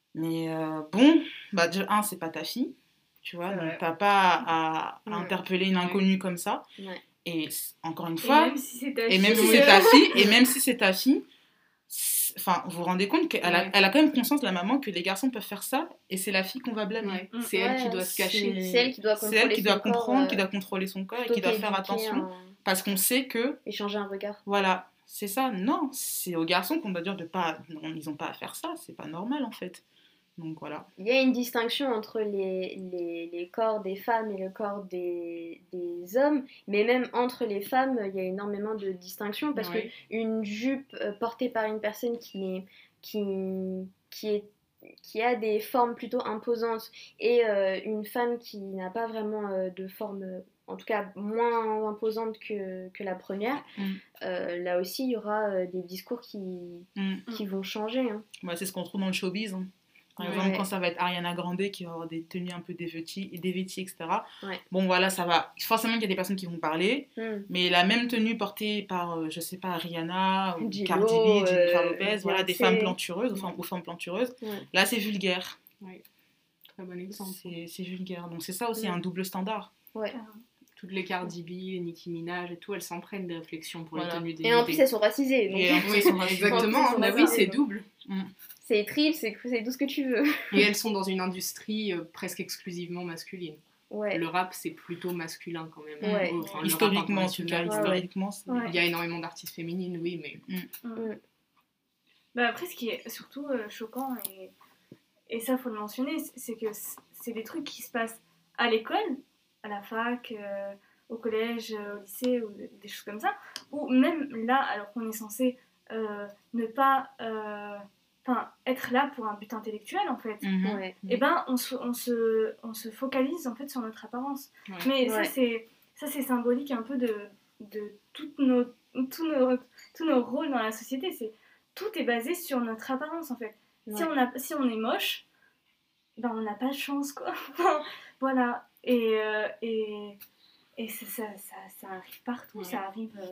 Mais euh, bon, bah, de un, c'est pas ta fille, tu vois, C'est donc vrai. t'as pas à, à Ouais. interpeller une inconnue comme ça. Ouais. Et c- encore une Et fois, même si c'est ta et même si fille, c'est euh, ta fille, et même si c'est ta fille, c'est- enfin, vous vous rendez compte qu'elle a, Ouais. elle a quand même conscience, la maman, que les garçons peuvent faire ça, et c'est la fille qu'on va blâmer. Ouais. Mm. C'est elle qui Ouais, doit se cacher. C'est elle qui doit C'est contrôler elle qui doit son corps, comprendre, euh, qui doit contrôler son corps et plutôt qui doit faire qu'éduquer attention, un- parce qu'on sait que, échanger un regard. voilà, c'est ça. Non, c'est aux garçons qu'on doit dire de pas, non, ils ont pas à faire ça, c'est pas normal en fait. Donc voilà. Il y a une distinction entre les, les, les corps des femmes et le corps des, des hommes, mais même entre les femmes, il y a énormément de distinctions parce Ouais. qu'une jupe euh, portée par une personne qui, n'est- qui, qui, est, qui a des formes plutôt imposantes et euh, une femme qui n'a pas vraiment euh, de forme, euh, en tout cas moins imposante que, que la première, Mm. euh, là aussi il y aura euh, des discours qui, Mm. qui vont changer. Hein. Bah, c'est ce qu'on trouve dans le showbiz. Hein. Par Ouais. exemple, quand ça va être Ariana Grande qui va avoir des tenues un peu dévêties, dévêties, et cetera. Ouais. Bon, voilà, ça va. Forcément, il y a des personnes qui vont parler, Hmm. mais la même tenue portée par, euh, je sais pas, Rihanna, ou J-Lo, Cardi B, Jennifer euh, Lopez, voilà, des Beyoncé. femmes plantureuses, enfin, ou femmes plantureuses, Ouais. là, c'est vulgaire. Très bon exemple. C'est c'est vulgaire. Donc, c'est ça aussi, Mm. un double standard. Ouais. Toutes les Cardi B, les Nicki Minaj et tout, elles s'en prennent des réflexions pour Voilà. les tenues des Et en plus, elles sont racisées. Donc Et en plus, Oui, elles sont racisées. exactement. En plus, Bah elles sont oui, racisées, c'est donc. double. c'est triple, c'est c'est tout ce que tu veux. Et elles sont dans une industrie euh, presque exclusivement masculine. Ouais. Le rap, c'est plutôt masculin quand même. Ouais. Enfin, le rap Historiquement, en tout cas, international. Ouais, historiquement, c'est- Ouais. Il y a énormément d'artistes féminines, oui, mais Bah après, ce qui est surtout euh, choquant, et, et ça, faut le mentionner, c'est- c'est que c- c'est des trucs qui se passent à l'école, à la fac, euh, au collège, euh, au lycée, ou des des choses comme ça, ou même là, alors qu'on est censé euh, ne pas euh, enfin, être là pour un but intellectuel, en fait. Mhm. Ouais. Et ben, on se, on, se, on se focalise, en fait, sur notre apparence. Ouais. Mais Ouais. ça, c'est ça, c'est symbolique un peu de, de toutes nos, tous, nos, tous nos rôles dans la société. C'est tout est basé sur notre apparence, en fait. Si, Ouais. on a, si on est moche, ben on n'a pas de chance, quoi. Enfin, voilà. Et, euh, et, et ça, ça, ça, ça arrive partout. Ouais. Ça arrive... euh,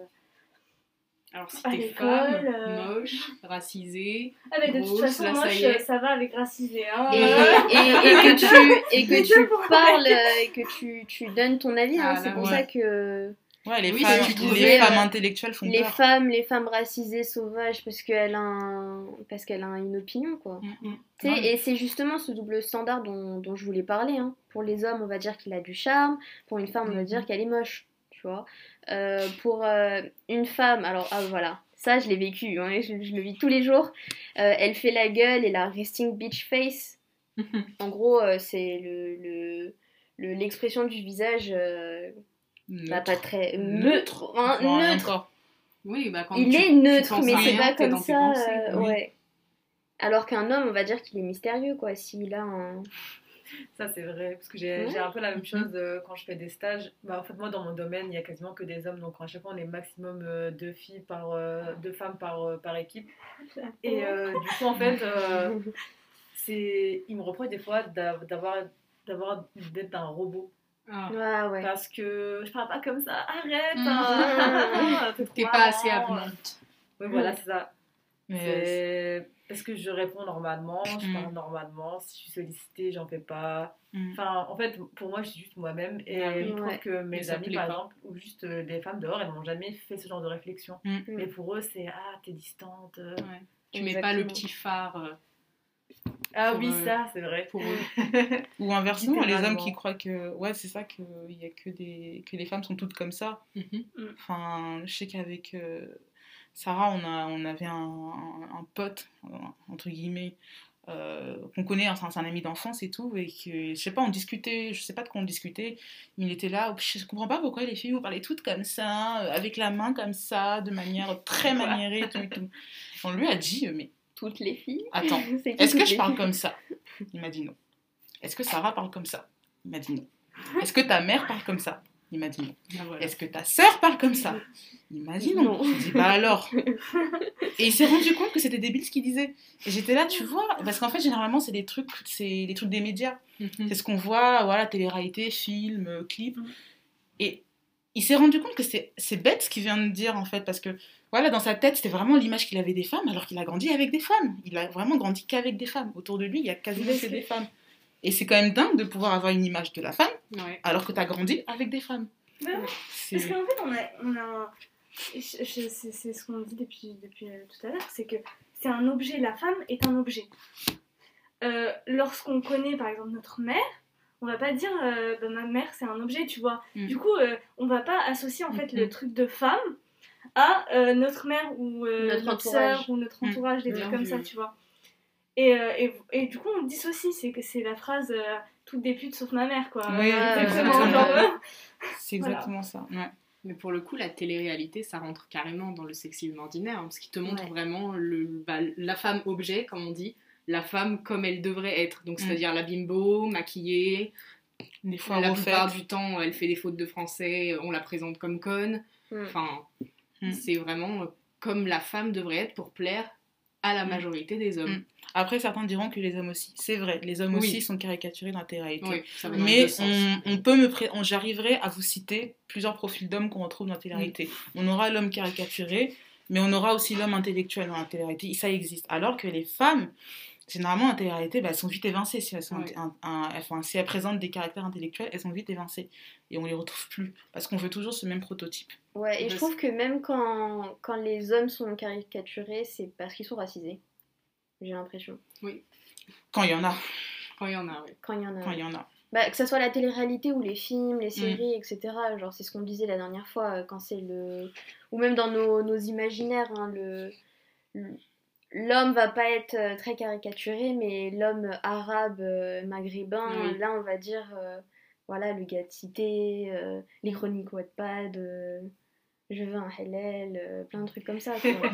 alors si À t'es l'école, femme, euh, moche, racisée, Ah, mais de toute grosse, façon, là, ça moche, y est. ça va avec racisé. Hein. Et, et, Euh, et que tu, et que Les tu deux pour parles, euh, et que tu, tu donnes ton avis. Hein, Ah, c'est là, pour ouais. ça que Ouais, les, Oui, femmes, si tu les trouvais, femmes euh, intellectuelles font les peur. femmes, les femmes racisées, sauvages, parce qu'elle a, un, parce qu'elle a une opinion, quoi. Mm, mm. Tu sais, Ouais. et c'est justement ce double standard dont, dont je voulais parler. Hein. Pour les hommes, on va dire qu'il a du charme. Pour une femme, on va Mhm. dire qu'elle est moche. Tu vois. Euh, pour euh, une femme, alors ah, voilà, ça je l'ai vécu, hein, je, je le vis tous les jours. Euh, elle fait la gueule et la resting bitch face. En gros, euh, c'est le, le, le- l'expression du visage, euh, bah, Neutre. pas très Neutre. neutre. Hein, Ouais, neutre. encore. oui, bah quand Il tu, est tu neutre, penses mais à c'est rien, pas t'es comme dans tes ça. pensées, euh, quoi. ouais. Alors qu'un homme, on va dire qu'il est mystérieux, quoi. S'il a un. Ça, c'est vrai, parce que j'ai Ouais. j'ai un peu la même chose euh, quand je fais des stages. Bah, en fait, moi, dans mon domaine, il y a quasiment que des hommes, donc à chaque fois, on est maximum euh, deux filles par, euh, deux femmes par, euh, par équipe. Et euh, du coup, en fait, euh, c'est... ils me reprochent des fois d'av- d'avoir, d'avoir d'être un robot. Ah, Ah ouais. Parce que je parle pas comme ça, arrête, Mhm. hein, t'es trop t'es pas marrant. assez avenante. Oui, voilà, c'est ça. Mais C'est parce que je réponds normalement, je Mm. parle normalement, si je suis sollicitée, j'en fais pas. Mm. Enfin, en fait, pour moi, je suis juste moi-même. Et Ah oui. je trouve Ouais. que mes Et ça amis, plaît par pas. exemple, ou juste euh, des femmes dehors, elles n'ont jamais fait ce genre de réflexion. Mm. Mais pour eux, c'est ah, t'es distante. euh. Ouais. Tu mets pas le Exactement. petit phare euh, Ah Pour oui, eux. ça, c'est vrai. pour eux. Ou inversement, les hommes Littéralement. qui croient que ouais, c'est ça que il y a que des que les femmes sont toutes comme ça. Mhm. Enfin, je sais qu'avec euh, Sarah, on a on avait un, un, un pote euh, entre guillemets euh, qu'on connaît, enfin, c'est un ami d'enfance et tout, et que je sais pas, on discutait, je sais pas de quoi on discutait, mais il était là, je comprends pas pourquoi les filles vous parlez toutes comme ça, euh, avec la main comme ça, de manière très Quoi maniérée et tout et tout. On lui a dit, euh, mais Toutes les filles. attends, C'est qui est-ce que toutes je les parle filles comme ça? Il m'a dit non. Est-ce que Sarah parle comme ça? Il m'a dit non. Est-ce que ta mère parle comme ça? Il m'a dit non. Ah, voilà. Est-ce que ta sœur parle comme ça? Il m'a dit non. Non. Je dis bah alors. Et il s'est rendu compte que c'était débile ce qu'il disait. Et j'étais là, tu vois, parce qu'en fait généralement c'est des trucs, c'est des trucs des médias. Mhm. C'est ce qu'on voit, voilà, télé-réalité, films, euh, clips. Mhm. Et il s'est rendu compte que c'est, c'est bête ce qu'il vient de dire, en fait, parce que, voilà, dans sa tête, c'était vraiment l'image qu'il avait des femmes, alors qu'il a grandi avec des femmes. Il a vraiment grandi qu'avec des femmes. Autour de lui, il y a quasiment que des femmes. Et c'est quand même dingue de pouvoir avoir une image de la femme, Ouais. alors que tu as grandi avec des femmes. Bah ouais. C'est... Parce qu'en fait, on a, on a un- je- je- c'est, c'est ce qu'on dit depuis, depuis euh, tout à l'heure, c'est que c'est un objet, la femme est un objet. Euh, lorsqu'on connaît par exemple notre mère, on va pas dire euh, bah, ma mère c'est un objet, tu vois. Mm. Du coup, euh, on va pas associer en fait Mhm. le truc de femme à euh, notre mère ou euh, Notre notre, entourage. sœur ou notre Mm. entourage, des Bien trucs comme vu. ça, tu vois. Et, euh, et, et du coup, on dissocie, c'est que c'est la phrase euh, toutes des putes sauf ma mère, quoi. Oui, Exactement, exactement. genre, euh, C'est exactement ça. Ouais. Mais pour le coup, la télé-réalité, ça rentre carrément dans le sexisme ordinaire, hein, parce qu'il te montre Ouais. vraiment le, bah, la femme objet, comme on dit, la femme comme elle devrait être. Donc, Mm. c'est-à-dire la bimbo, maquillée. Des fois, La refaite. plupart du temps, elle fait des fautes de français, on la présente comme conne. Mm. Enfin, Mm. c'est vraiment euh, comme la femme devrait être pour plaire à la Mm. majorité des hommes. Mm. Après, certains diront que les hommes aussi. C'est vrai, les hommes Oui. aussi sont caricaturés dans la télé-réalité. Oui, ça va dans les Mais deux sens. on, on peut me pré- on- j'arriverai à vous citer plusieurs profils d'hommes qu'on retrouve dans la télé-réalité. On aura l'homme caricaturé, mais on aura aussi l'homme intellectuel dans la télé-réalité. Ça existe. Alors que les femmes, généralement, en télé-réalité, bah, elles sont vite évincées. Si elles, sont Ouais. un- un- enfin, si elles présentent des caractères intellectuels, elles sont vite évincées. Et on les retrouve plus. Parce qu'on veut toujours ce même prototype. Ouais, et je Parce- trouve que même quand, quand les hommes sont caricaturés, c'est parce qu'ils sont racisés. J'ai l'impression. Quand il y en a. Quand il y en a, oui. Quand il y en a. Quand il y en a. Bah, que ça soit la télé-réalité ou les films, les séries, et cetera. Genre, c'est ce qu'on disait la dernière fois, euh, quand c'est le... Ou même dans nos, nos imaginaires, hein, le... le- l'homme va pas être euh, très caricaturé, mais l'homme arabe, euh, maghrébin, Oui. euh, là, on va dire, euh, voilà, le gars de cité, euh, les chroniques Wattpad, euh, je veux un halal, euh, plein de trucs comme ça, quoi.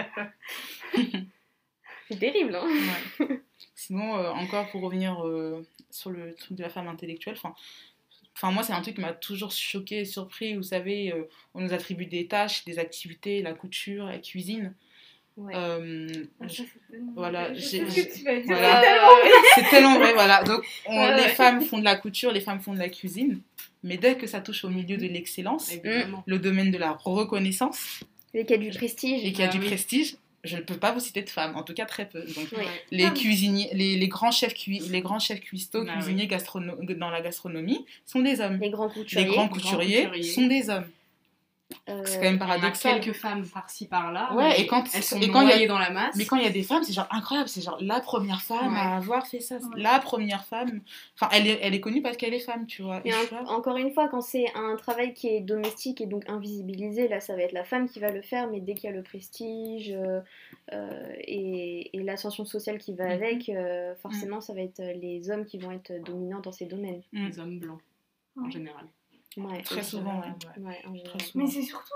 C'est terrible, hein. Ouais. Sinon, euh, encore pour revenir euh, sur le truc de la femme intellectuelle, enfin, enfin moi c'est un truc qui m'a toujours choqué et surpris. Vous savez, euh, on nous attribue des tâches, des activités, la couture, la cuisine. Ouais. Euh, Ah, je- ça, c'est tellement- voilà, je j'ai- sais ce que tu vas dire. voilà. c'est tellement- c'est tellement vrai, voilà. Donc on- Ouais, les ouais. femmes font de la couture, les femmes font de la cuisine, mais dès que ça touche au milieu de l'excellence, Évidemment. le domaine de la reconnaissance Et qu'il y a du prestige. et qu'il y a Ah du oui. prestige, je ne peux pas vous citer de femmes, en tout cas très peu. Donc Oui. Ouais. les Ah. cuisiniers, les, les grands chefs cui- les grands chefs cuistots, Ah cuisiniers gastrono- dans la gastronomie sont des hommes. Les grands Les couturiers. grands grands couturiers couturiers. sont des hommes. euh, C'est quand même Il y en a paradoxal. quelques femmes par-ci par-là. Ouais, mais et quand- elles sont et quand il y a- noyées dans la masse. Mais quand il y a des femmes, c'est genre incroyable, c'est genre la première femme Ouais. à avoir fait ça, Ouais. la première femme. Enfin, elle est, elle est connue parce qu'elle est femme, tu vois. Et Mais je en- suis là, encore une fois, quand c'est un travail qui est domestique et donc invisibilisé, là ça va être la femme qui va le faire, mais dès qu'il y a le prestige euh, euh, et, et l'ascension sociale qui va Mhm. avec, euh, forcément ça va être les hommes qui vont être dominants dans ces domaines. mm, Les hommes blancs, en Ouais. général. Ouais, très et- souvent, ouais. ouais, en général. Très souvent. Mais c'est surtout.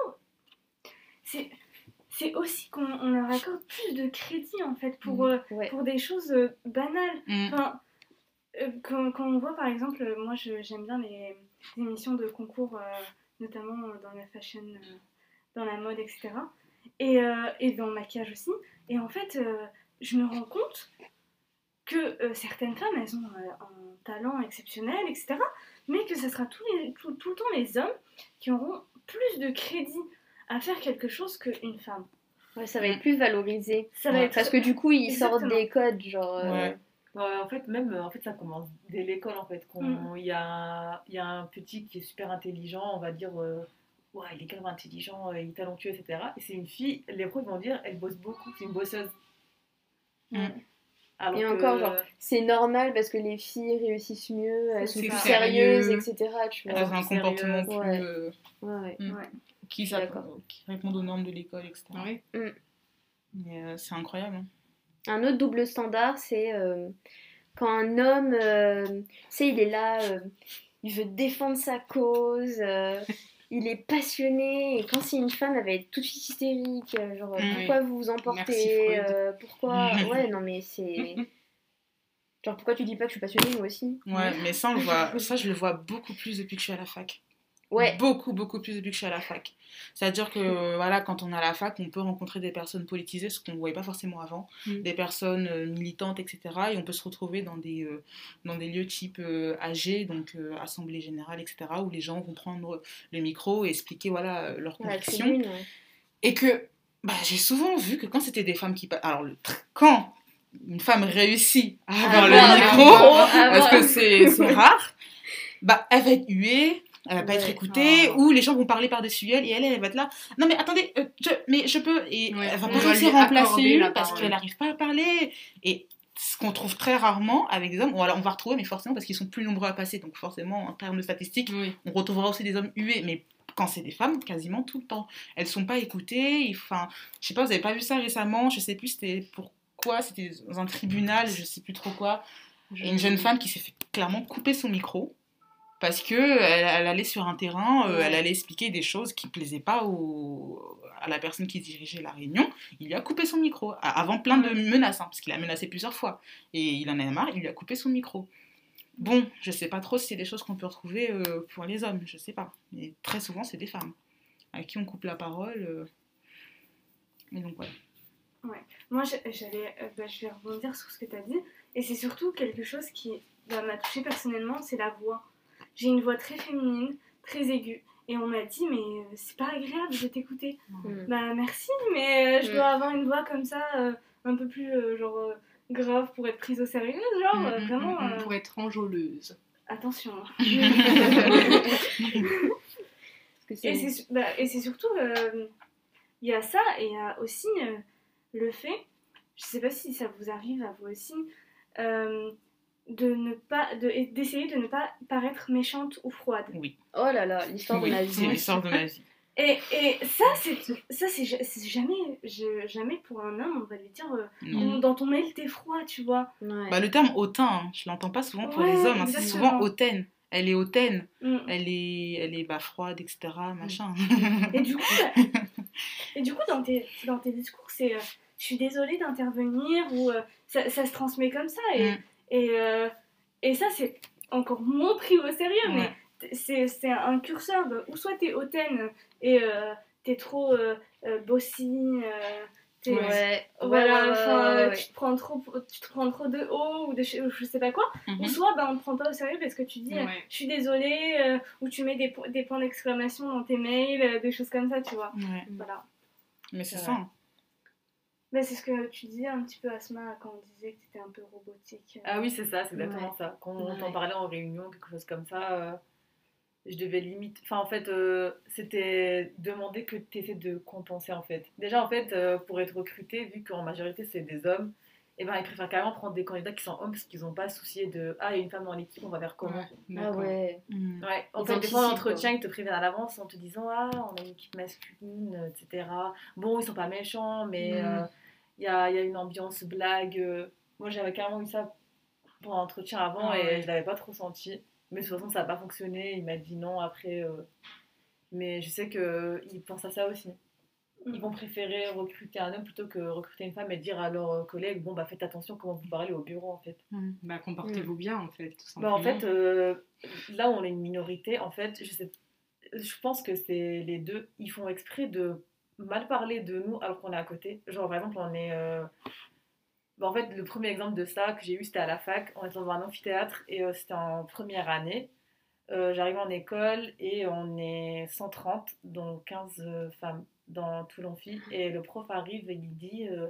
C'est, c'est aussi qu'on on leur accorde plus de crédit en fait pour, Mhm. euh, Ouais. pour des choses euh, banales. Mm, Enfin, euh, quand, quand on voit par exemple, euh, moi je- j'aime bien les, les émissions de concours, euh, notamment dans la fashion, euh, dans la mode, et cetera. Et, euh, et dans le maquillage aussi. Et en fait, euh, je me rends compte que euh, certaines femmes, elles ont euh, un talent exceptionnel, et cetera. Mais que ce sera tout, les- tout, tout le temps les hommes qui auront plus de crédit à faire quelque chose qu'une femme. Ouais, ça va être plus valorisé. Ça va Ouais. être... Parce que du coup, ils Exactement. sortent des codes, genre. euh, Ouais. Ouais, en fait, même, euh, en fait, ça commence dès l'école, en fait. Quand Mm. il y, a, il y a un petit qui est super intelligent, on va dire, euh, ouais, il est quand même intelligent, euh, il est talentueux, et cetera. Et c'est une fille, les profs vont dire, elle bosse beaucoup, c'est une bosseuse. Mm. Alors Et que- encore, genre, c'est normal parce que les filles réussissent mieux, elles sont C'est plus ça. sérieuses, Sérieux. et cetera. Tu Elles vois. ont un plus comportement sérieuses. plus. Ouais. euh, Ouais, ouais. mm, Ouais. qui, s'app- D'accord. qui répondent aux normes de l'école, et cetera. Oui. Mais euh, c'est incroyable. hein. Un autre double standard, c'est euh, quand un homme, euh, tu sais, il est là, euh, il veut défendre sa cause, euh, il est passionné, et quand c'est une femme, elle va être tout de suite hystérique, euh, genre, Mm. pourquoi vous vous Merci, emportez, Freud. euh, pourquoi... Mm. Ouais, non mais c'est... Genre, pourquoi tu dis pas que je suis passionnée, moi aussi? Ouais, mais ça, on le voit, ça, je le vois beaucoup plus depuis que je suis à la fac. Ouais. Beaucoup, beaucoup plus depuis que je suis à la fac. C'est-à-dire que, voilà, quand on est à la fac, on peut rencontrer des personnes politisées, ce qu'on ne voyait pas forcément avant, Mm. des personnes euh, militantes, et cetera. Et on peut se retrouver dans des, euh, dans des lieux type euh, A G, donc euh, Assemblée Générale, et cetera, où les gens vont prendre le micro et expliquer, voilà, euh, leurs La convictions. tribune, ouais. Et que, bah, j'ai souvent vu que quand c'était des femmes qui... pa- Alors, le tr- quand une femme réussit à avoir le Avoir le micro, micro, parce avoir- que c'est c'est rare, bah, elle va être huée, elle va pas Ouais. être écoutée, Oh. ou les gens vont parler par-dessus elle, et elle, elle va être là, non mais attendez, euh, je, mais je peux, et Ouais, elle va on pas doit réussir lui à remplacer accorder une la parce parole. qu'elle n'arrive pas à parler, et ce qu'on trouve très rarement avec des hommes, bon, alors on va retrouver, mais forcément parce qu'ils sont plus nombreux à passer, donc forcément en termes de statistiques, Oui. on retrouvera aussi des hommes hués, mais quand c'est des femmes, quasiment tout le temps. Elles sont pas écoutées, enfin, je sais pas, vous avez pas vu ça récemment, je sais plus c'était pourquoi, c'était dans un tribunal, je sais plus trop quoi, Je- et une jeune femme qui s'est fait clairement couper son micro, parce que elle, elle allait sur un terrain, euh, Ouais. elle allait expliquer des choses qui plaisaient pas au, à la personne qui dirigeait la réunion, il lui a coupé son micro, a- avant plein de menaces, hein, parce qu'il a menacé plusieurs fois, et il en a marre, il lui a coupé son micro. Bon, je sais pas trop si c'est des choses qu'on peut retrouver euh, pour les hommes, je sais pas. Mais très souvent, c'est des femmes à qui on coupe la parole. Euh... Et donc, voilà. Moi, j'a- j'allais, euh, bah, je vais rebondir sur ce que tu as dit. Et c'est surtout quelque chose qui bah, m'a touchée personnellement, c'est la voix. J'ai une voix très féminine, très aiguë. Et on m'a dit, mais euh, c'est pas agréable de t'écouter. Mm. Bah merci, mais euh, je Mm. dois avoir une voix comme ça, euh, un peu plus euh, genre euh, grave pour être prise au sérieux. Genre, Mm, euh, mm, vraiment, mm, mm. euh, Pour être enjôleuse. attention. Parce que Et c'est... c'est su- bah, et c'est surtout, euh, il y a ça, et il y a aussi euh, le fait, je sais pas si ça vous arrive à vous aussi, euh, de ne pas, de, et d'essayer de ne pas paraître méchante ou froide. Oui, Oh là là, l'histoire oui, de ma c'est vie. l'histoire de ma vie. Et, et ça, c'est, ça c'est, ja- c'est jamais, je- jamais pour un homme, on va lui dire, euh, Non. dans ton mail, t'es froid, tu vois. Ouais. Bah, le terme hautain, hein, je l'entends pas souvent pour Ouais, les hommes, hein, c'est exactement. souvent hautaine. Elle est hautaine, Mm. elle est, elle est bah, froide, et cetera. Machin. Et du coup, bah, et du coup dans, tes, dans tes discours, c'est euh, je suis désolée d'intervenir, ou euh, ça, ça se transmet comme ça. Et, Mm. et, euh, et ça, c'est encore moins pris au sérieux, Ouais. mais t- c'est, c'est un curseur. Bah, ou soit t'es hautaine et euh, t'es trop euh, euh, bossy, euh, t'es- Ouais. Ouais, voilà, ouais, ouais, enfin, ouais, ouais. tu te prends trop, tu te prends trop de haut, ou de je, je sais pas quoi. Mhm. Ou soit bah, on te prend pas au sérieux parce que tu dis euh, Ouais. je suis désolée, euh, ou tu mets des, po- des points d'exclamation dans tes mails, euh, des choses comme ça, tu vois. Ouais. Voilà. Mais c'est Ouais. ça. hein. Bah, c'est ce que tu disais un petit peu, Asma, quand on disait que tu étais un peu robotique. Ah oui, c'est ça, c'est exactement Ouais. ça. Quand on Ouais. t'en parlait en réunion, quelque chose comme ça, euh, je devais limite. Enfin, en fait, euh, c'était demander que tu essaies de compenser, en fait. Déjà, en fait, euh, pour être recruté, vu qu'en majorité c'est des hommes, et ben, ils préfèrent carrément prendre des candidats qui sont hommes parce qu'ils n'ont pas soucié de ah, il y a une femme dans l'équipe, on va faire comment. Ouais, Ah d'accord. ouais. Mm. Ouais, en Ils fait, des fois, anticipent, l'entretien, ils te préviennent à l'avance en te disant ah, on a une équipe masculine, et cetera. Bon, ils sont pas méchants, mais Mm. euh, il y, a, il y a une ambiance blague. euh. Moi, j'avais carrément eu ça pour l'entretien avant Ah et ouais. je l'avais pas trop senti. Mais de toute façon, ça n'a pas fonctionné. Il m'a dit non après. euh. Mais je sais qu'ils pensent à ça aussi. Ils vont préférer recruter un homme plutôt que recruter une femme et dire à leurs collègues bon, bah faites attention comment vous parlez au bureau en fait. Bah, comportez-vous bien, en fait, tout Bah, simplement. en fait, euh, là où on est une minorité, en fait, je, sais, je pense que c'est les deux. Ils font exprès de mal parler de nous alors qu'on est à côté. Genre, par exemple, on est. euh, bah, en fait, le premier exemple de ça que j'ai eu, c'était à la fac. On était dans un amphithéâtre et euh, c'était en première année. Euh, J'arrive en école et on est cent trente, dont quinze euh, femmes dans tout l'amphi. Et le prof arrive et il dit euh,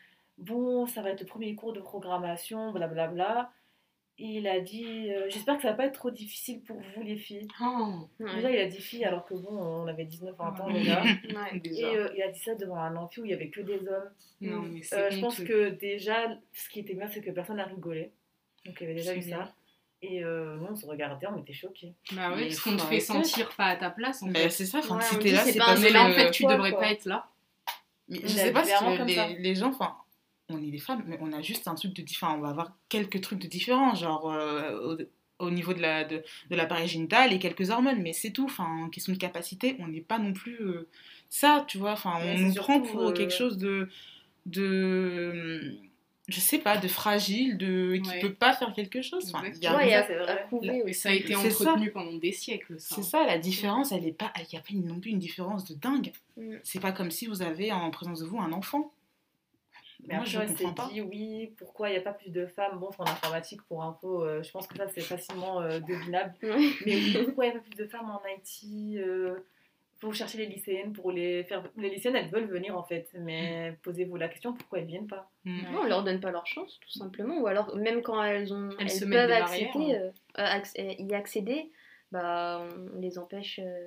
bon, ça va être le premier cours de programmation, blablabla. Et il a dit euh, j'espère que ça va pas être trop difficile pour vous les filles. Oh, Déjà il a dit filles alors que bon on avait dix-neuf vingt ans Ouais. déjà. Ouais. Déjà. Et euh, il a dit ça devant un amphi où il y avait que des hommes. non, mais c'est Euh, je pense honteux. que déjà ce qui était bien c'est que personne n'a rigolé. Donc il y avait déjà C'est eu bien. ça. Et euh, nous on se regardait, on était choqués. Bah Mais ouais, parce faut qu'on te fait arrêter. sentir pas à ta place, en Mais fait. c'est ça, enfin, Ouais, si on t'es dit là, c'est c'est pas pas un Mais là, en fait, tu Quoi, devrais quoi. pas être là. Mais je Il sais a pas dit si vraiment comme les, ça. les gens, enfin, on est des femmes, mais on a juste un truc de différent. On va avoir quelques trucs de différents, genre euh, au, au niveau de la, de, de l'appareil génital et quelques hormones, mais c'est tout. Enfin, en question de capacité, on n'est pas non plus euh, ça, tu vois. Enfin, Mais on c'est nous prend surtout, pour euh, quelque chose de, de je sais pas, de fragile, de qui Ouais. peut pas faire quelque chose. Enfin, il y a- Ouais, il y a c'est vrai. à prouver La- Et aussi. ça a été C'est entretenu pendant des siècles, ça. C'est ça, la différence, elle est pas, il n'y a pas non plus une différence de dingue. Mm. C'est pas comme si vous avez en présence de vous un enfant. Mais Moi, après, je on comprends s'est pas. dit, oui, pourquoi il n'y a pas plus de femmes? Bon, en informatique, pour info, euh, je pense que ça, c'est facilement euh, devinable. Ouais. Mais oui, pourquoi il n'y a pas plus de femmes en I T? euh, Faut chercher les lycéennes pour les faire... Les lycéennes, elles veulent venir, en fait. Mais posez-vous la question, pourquoi elles viennent pas? Mm. Non, on leur donne pas leur chance, tout simplement. Ou alors, même quand elles, ont, Elles elles, se mettent peuvent des accéder, barrières, euh, euh, acc- euh, y accéder, bah, on les empêche euh,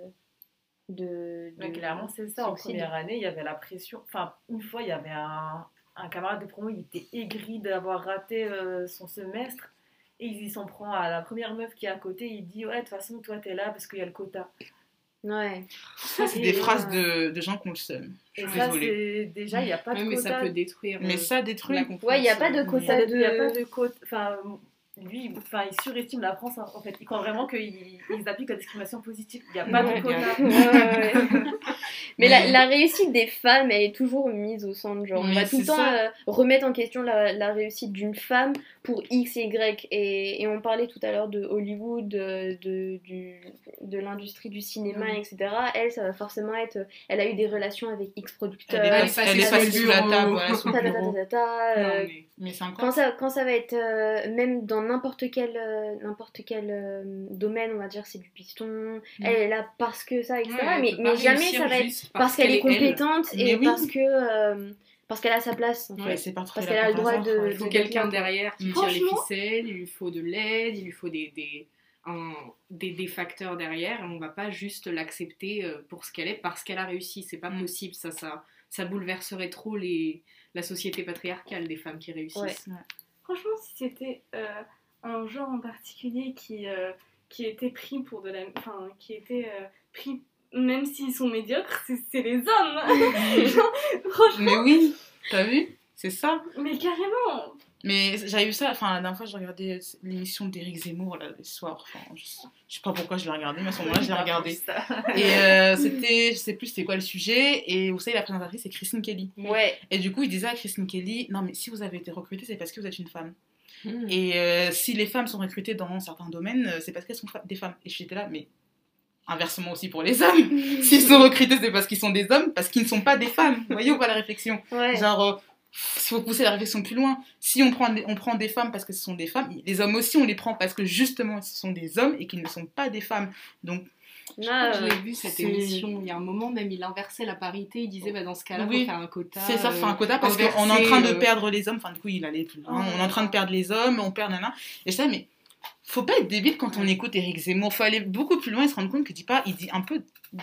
de, de Mais clairement, c'est ça. En succéder. première année, il y avait la pression. Enfin, une fois, il y avait un, un camarade de promo, il était aigri d'avoir raté euh, son semestre. Et il s'en prend à la première meuf qui est à côté. Il dit, ouais, de toute façon, toi, t'es là parce qu'il y a le quota. Ouais. Ça, c'est Et, des euh, phrases de, de gens qui ont le seum. Je Et suis ça, désolée. c'est déjà, il n'y a pas de Ouais, mais quota. ça peut détruire. Mais euh, ça, des trucs. la confiance. Ouais, il n'y a pas de euh, quota Il n'y a pas de... de quota. Enfin, lui, enfin, il surestime la France, en fait. Il croit vraiment qu'ils ils appliquent la discrimination positive. Il n'y a pas Ouais. de quota. Ouais, ouais, ouais. Mais la, la réussite des femmes, elle est toujours mise au centre. Genre, on Mais va tout le c'est temps ça. euh, remettre en question la, la réussite d'une femme pour X et Y. Et, et on parlait tout à l'heure de Hollywood, de, de, du, de l'industrie du cinéma, Mm. et cetera. Elle, ça va forcément être... Elle a eu des relations avec X producteurs. Elle est, Elle pas- est passée elle est sur passée le sous la bureau. table, voilà, sous le ta, ta, ta, bureau. ta, ta, ta, Non, euh, mais- Mais c'est quand encore. ça, quand ça va être, euh, même dans n'importe quel, euh, n'importe quel euh, domaine, on va dire c'est du piston, elle est là parce que ça, et cetera. Ouais, elle mais peut mais pas jamais réussir ça va être juste parce qu'elle est compétente Mais et oui. parce que euh, parce qu'elle a sa place. En Ouais, fait. Ouais, c'est pas Parce très qu'elle a le par droit hasard, de- ouais. Il faut de- quelqu'un de- derrière qui Mm. tire les Franchement. ficelles, il lui faut de l'aide, il lui faut des, des, un- des, des facteurs derrière. Et on va pas juste l'accepter euh, pour ce qu'elle est parce qu'elle a réussi. C'est pas Mm. possible. Ça, ça, ça bouleverserait trop les, la société patriarcale des femmes qui réussissent. Ouais. Franchement, si c'était euh, un genre en particulier qui, euh, qui était pris pour de la... Enfin, qui était euh, pris... Même s'ils sont médiocres, c'est c'est les hommes. Genre, franchement, Mais oui, t'as vu? C'est ça. mais carrément. Mais j'avais vu ça, enfin la dernière fois je regardais l'émission d'Éric Zemmour là, le soir, enfin je, je sais pas pourquoi je l'ai regardé, mais à ce moment-là je l'ai regardé. Et euh, c'était, je sais plus c'était quoi le sujet, et vous savez la présentatrice c'est Christine Kelly. Ouais. Et du coup il disait à Christine Kelly, non mais si vous avez été recrutée c'est parce que vous êtes une femme. Mm. Et euh, si les femmes sont recrutées dans certains domaines, euh, c'est parce qu'elles sont fa- des femmes. Et j'étais là, mais inversement aussi pour les hommes. S'ils sont recrutés c'est parce qu'ils sont des hommes, parce qu'ils ne sont pas des femmes. Vous voyez ou pas la réflexion? Ouais. Genre, euh, il faut pousser la réflexion plus loin. Si on prend, des, on prend des femmes parce que ce sont des femmes, les hommes aussi, on les prend parce que justement, ce sont des hommes et qu'ils ne sont pas des femmes. Donc, Ah, Je ouais. l'ai vu cette c'est- émission. Il y a un moment même, il inversait la parité. Il disait bah, dans ce cas-là, il Oui. faut faire un quota. c'est ça, euh, faire un quota parce qu'on est en inversé, train de euh, perdre les hommes. Enfin, du coup, il allait plus loin. Oh, On est en train de perdre les hommes, on perd nana. Et je disais, mais faut pas être débile quand on écoute Éric Zemmour. Faut aller beaucoup plus loin et se rendre compte qu'il dit pas, il dit un peu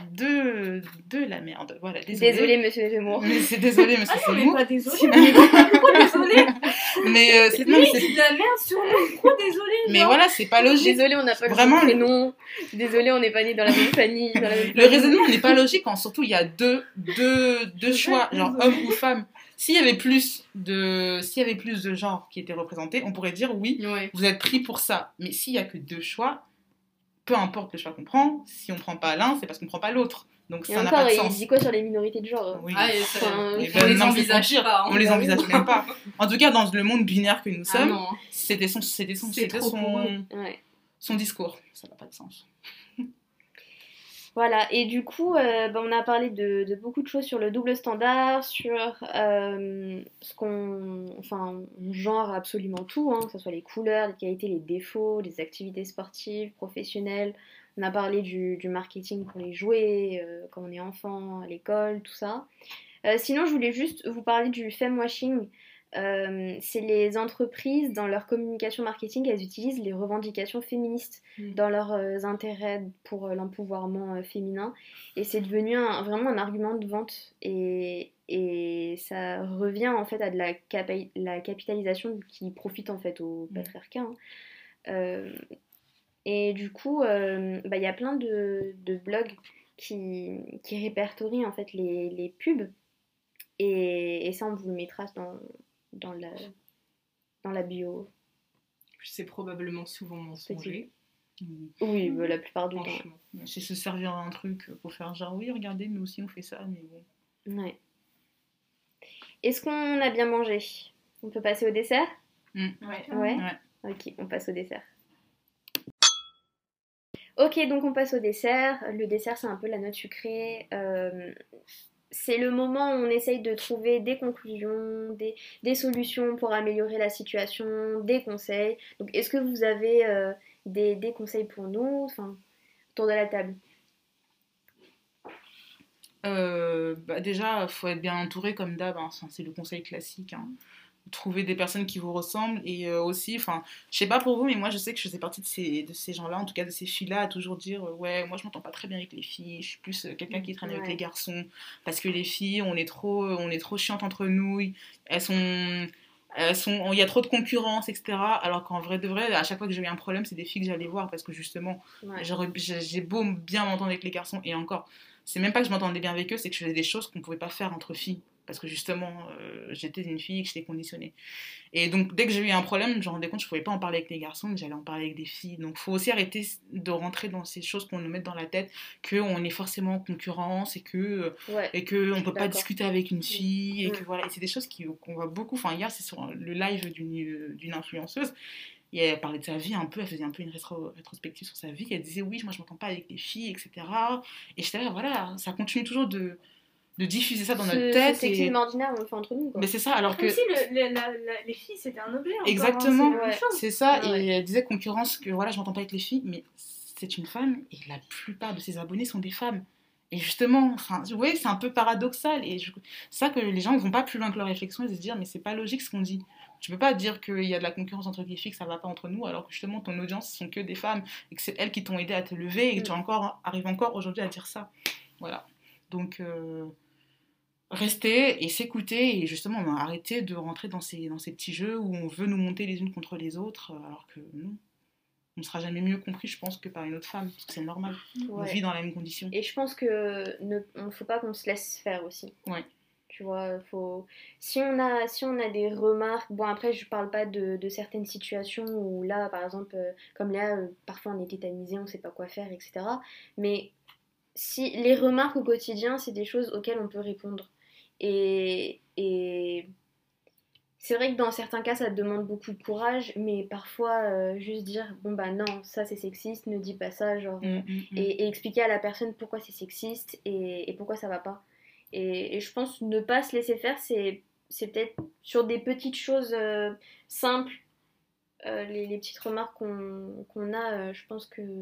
de, de la merde. Voilà, désolé. Désolée, monsieur Zemmour. Mais c'est désolé, monsieur On n'est Zemmour. pas désolé. Pourquoi désolé? Mais euh, c'est, non, mais Lui, c'est- il dit de la merde sur nous. Pourquoi désolé? mais genre voilà, c'est pas logique. Désolée, on n'a pas Vraiment, le même prénom. Désolée, on n'est pas nés dans la même famille. Dans la même Le famille. raisonnement n'est pas logique quand surtout il y a deux, deux, deux choix, genre homme ou femme. S'il y avait plus de, s'il y avait plus de genres qui étaient représentés, on pourrait dire oui, Ouais. vous êtes pris pour ça. Mais s'il y a que deux choix, peu importe le choix qu'on prend, si on prend pas l'un, c'est parce qu'on prend pas l'autre. Donc Et ça n'a encore, pas de il sens. dit quoi sur les minorités de genre? Oui. Ah, et ça- Enfin, Et on ben, les non, c'est envisage pire. pas. hein. On les bah envisage même pas. En tout cas, dans le monde binaire que nous Ah sommes, non. c'était son, c'était son, C'est c'était trop pour eux. son, Ouais. son discours. Ça n'a pas de sens. Voilà, et du coup, euh, bah, on a parlé de, de beaucoup de choses sur le double standard, sur euh, ce qu'on... Enfin, on genre absolument tout, hein, que ce soit les couleurs, les qualités, les défauts, les activités sportives, professionnelles. On a parlé du, du marketing pour les jouets, euh, quand on est enfant, à l'école, tout ça. Euh, sinon, je voulais juste vous parler du femwashing. Euh, c'est les entreprises, dans leur communication marketing, elles utilisent les revendications féministes Mm. dans leurs euh, intérêts pour euh, l'empouvoirment euh, féminin. Et c'est devenu un- vraiment un argument de vente. Et, et ça revient en fait à de la, capa- la capitalisation qui profite en fait au Mm. patriarcat. hein. Euh, et du coup, euh, bah, il y a plein de, de blogs qui, qui répertorient en fait les, les pubs. Et, et ça, on vous le mettra dans, dans, la, dans la bio. C'est probablement souvent mensonger. Oui, bah, la plupart du temps. Franchement. C'est se servir d'un truc pour faire genre oui, regardez, nous aussi on fait ça, mais bon. Ouais. Est-ce qu'on a bien mangé? On peut passer au dessert? Ouais. Ouais. Ouais. Ok, on passe au dessert. Ok, donc on passe au dessert. Le dessert, c'est un peu la note sucrée. Euh, c'est le moment où on essaye de trouver des conclusions, des, des solutions pour améliorer la situation, des conseils. Donc, est-ce que vous avez euh, des, des conseils pour nous? Enfin, autour de la table. Euh, bah déjà, faut être bien entouré comme d'hab, hein. Enfin, c'est le conseil classique, hein. Trouver des personnes qui vous ressemblent et euh, aussi, enfin, je sais pas pour vous, mais moi je sais que je faisais partie de ces, de ces gens-là, en tout cas de ces filles-là, à toujours dire euh, ouais, moi je m'entends pas très bien avec les filles, je suis plus euh, quelqu'un qui traîne avec Ouais. les garçons parce que les filles, on est trop, on est trop chiantes entre nous, elles sont. Elles sont, il y a trop de concurrence, et cetera. Alors qu'en vrai de vrai, à chaque fois que j'ai eu un problème, c'est des filles que j'allais voir parce que justement, Ouais. j'aurais- j'ai j'ai beau bien m'entendre avec les garçons et encore, c'est même pas que je m'entendais bien avec eux, c'est que je faisais des choses qu'on pouvait pas faire entre filles. Parce que justement, euh, j'étais une fille et que j'étais conditionnée. Et donc, dès que j'ai eu un problème, je me rendais compte que je ne pouvais pas en parler avec les garçons, mais j'allais en parler avec des filles. Donc, il faut aussi arrêter de rentrer dans ces choses qu'on nous met dans la tête, qu'on est forcément en concurrence et qu'on Ouais. et que ne peut pas d'accord. discuter avec une fille. Et, Mm. que, voilà. Et c'est des choses qui- qu'on voit beaucoup. Enfin, hier, c'est sur le live d'une d'une influenceuse. Et elle parlait de sa vie un peu, elle faisait un peu une rétro, rétrospective sur sa vie. Elle disait oui, moi je m'entends pas avec les filles, et cetera. Et j'étais là, voilà, ça continue toujours de, de diffuser ça dans ce, notre tête. Ce sexisme et... ordinaire, on le fait entre nous, quoi. Mais c'est ça, alors que. Comme si le, le- la- la- les filles c'était un objet. Encore, Exactement, hein, c'est la même ouais. chose. c'est ça. Ouais, ouais. Et elle disait concurrence, que voilà, je m'entends pas avec les filles, mais c'est une femme et la plupart de ses abonnés sont des femmes. Et justement, enfin, vous voyez, c'est un peu paradoxal. Et je... c'est ça que les gens ne vont pas plus loin que leur réflexion et se dire, mais c'est pas logique ce qu'on dit. Tu peux pas dire qu'il y a de la concurrence entre les filles, que ça va pas entre nous, alors que justement ton audience ce sont que des femmes et que c'est elles qui t'ont aidé à te lever et que Mm. tu encore, arrives encore aujourd'hui à dire ça. Voilà. Donc, euh, rester et s'écouter et justement ben, arrêter de rentrer dans ces, dans ces petits jeux où on veut nous monter les unes contre les autres, alors que non. On ne sera jamais mieux compris, je pense, que par une autre femme, parce que c'est normal. On Ouais. vit dans la même condition. Et je pense que ne on- faut pas qu'on se laisse faire aussi. Ouais. Tu vois, faut... si, on a, si on a des remarques, bon après je parle pas de, de certaines situations où là, par exemple, euh, comme là, euh, parfois on est tétanisé, on sait pas quoi faire, et cetera. Mais si les remarques au quotidien, c'est des choses auxquelles on peut répondre. Et, et c'est vrai que dans certains cas, ça demande beaucoup de courage, mais parfois, euh, juste dire, bon bah non, ça c'est sexiste, ne dis pas ça, genre... Mm, euh, mm, mm. et, et expliquer à la personne pourquoi c'est sexiste et, et pourquoi ça va pas. Et, et je pense ne pas se laisser faire, c'est, c'est peut-être sur des petites choses euh, simples, euh, les, les petites remarques qu'on, qu'on a, euh, je pense que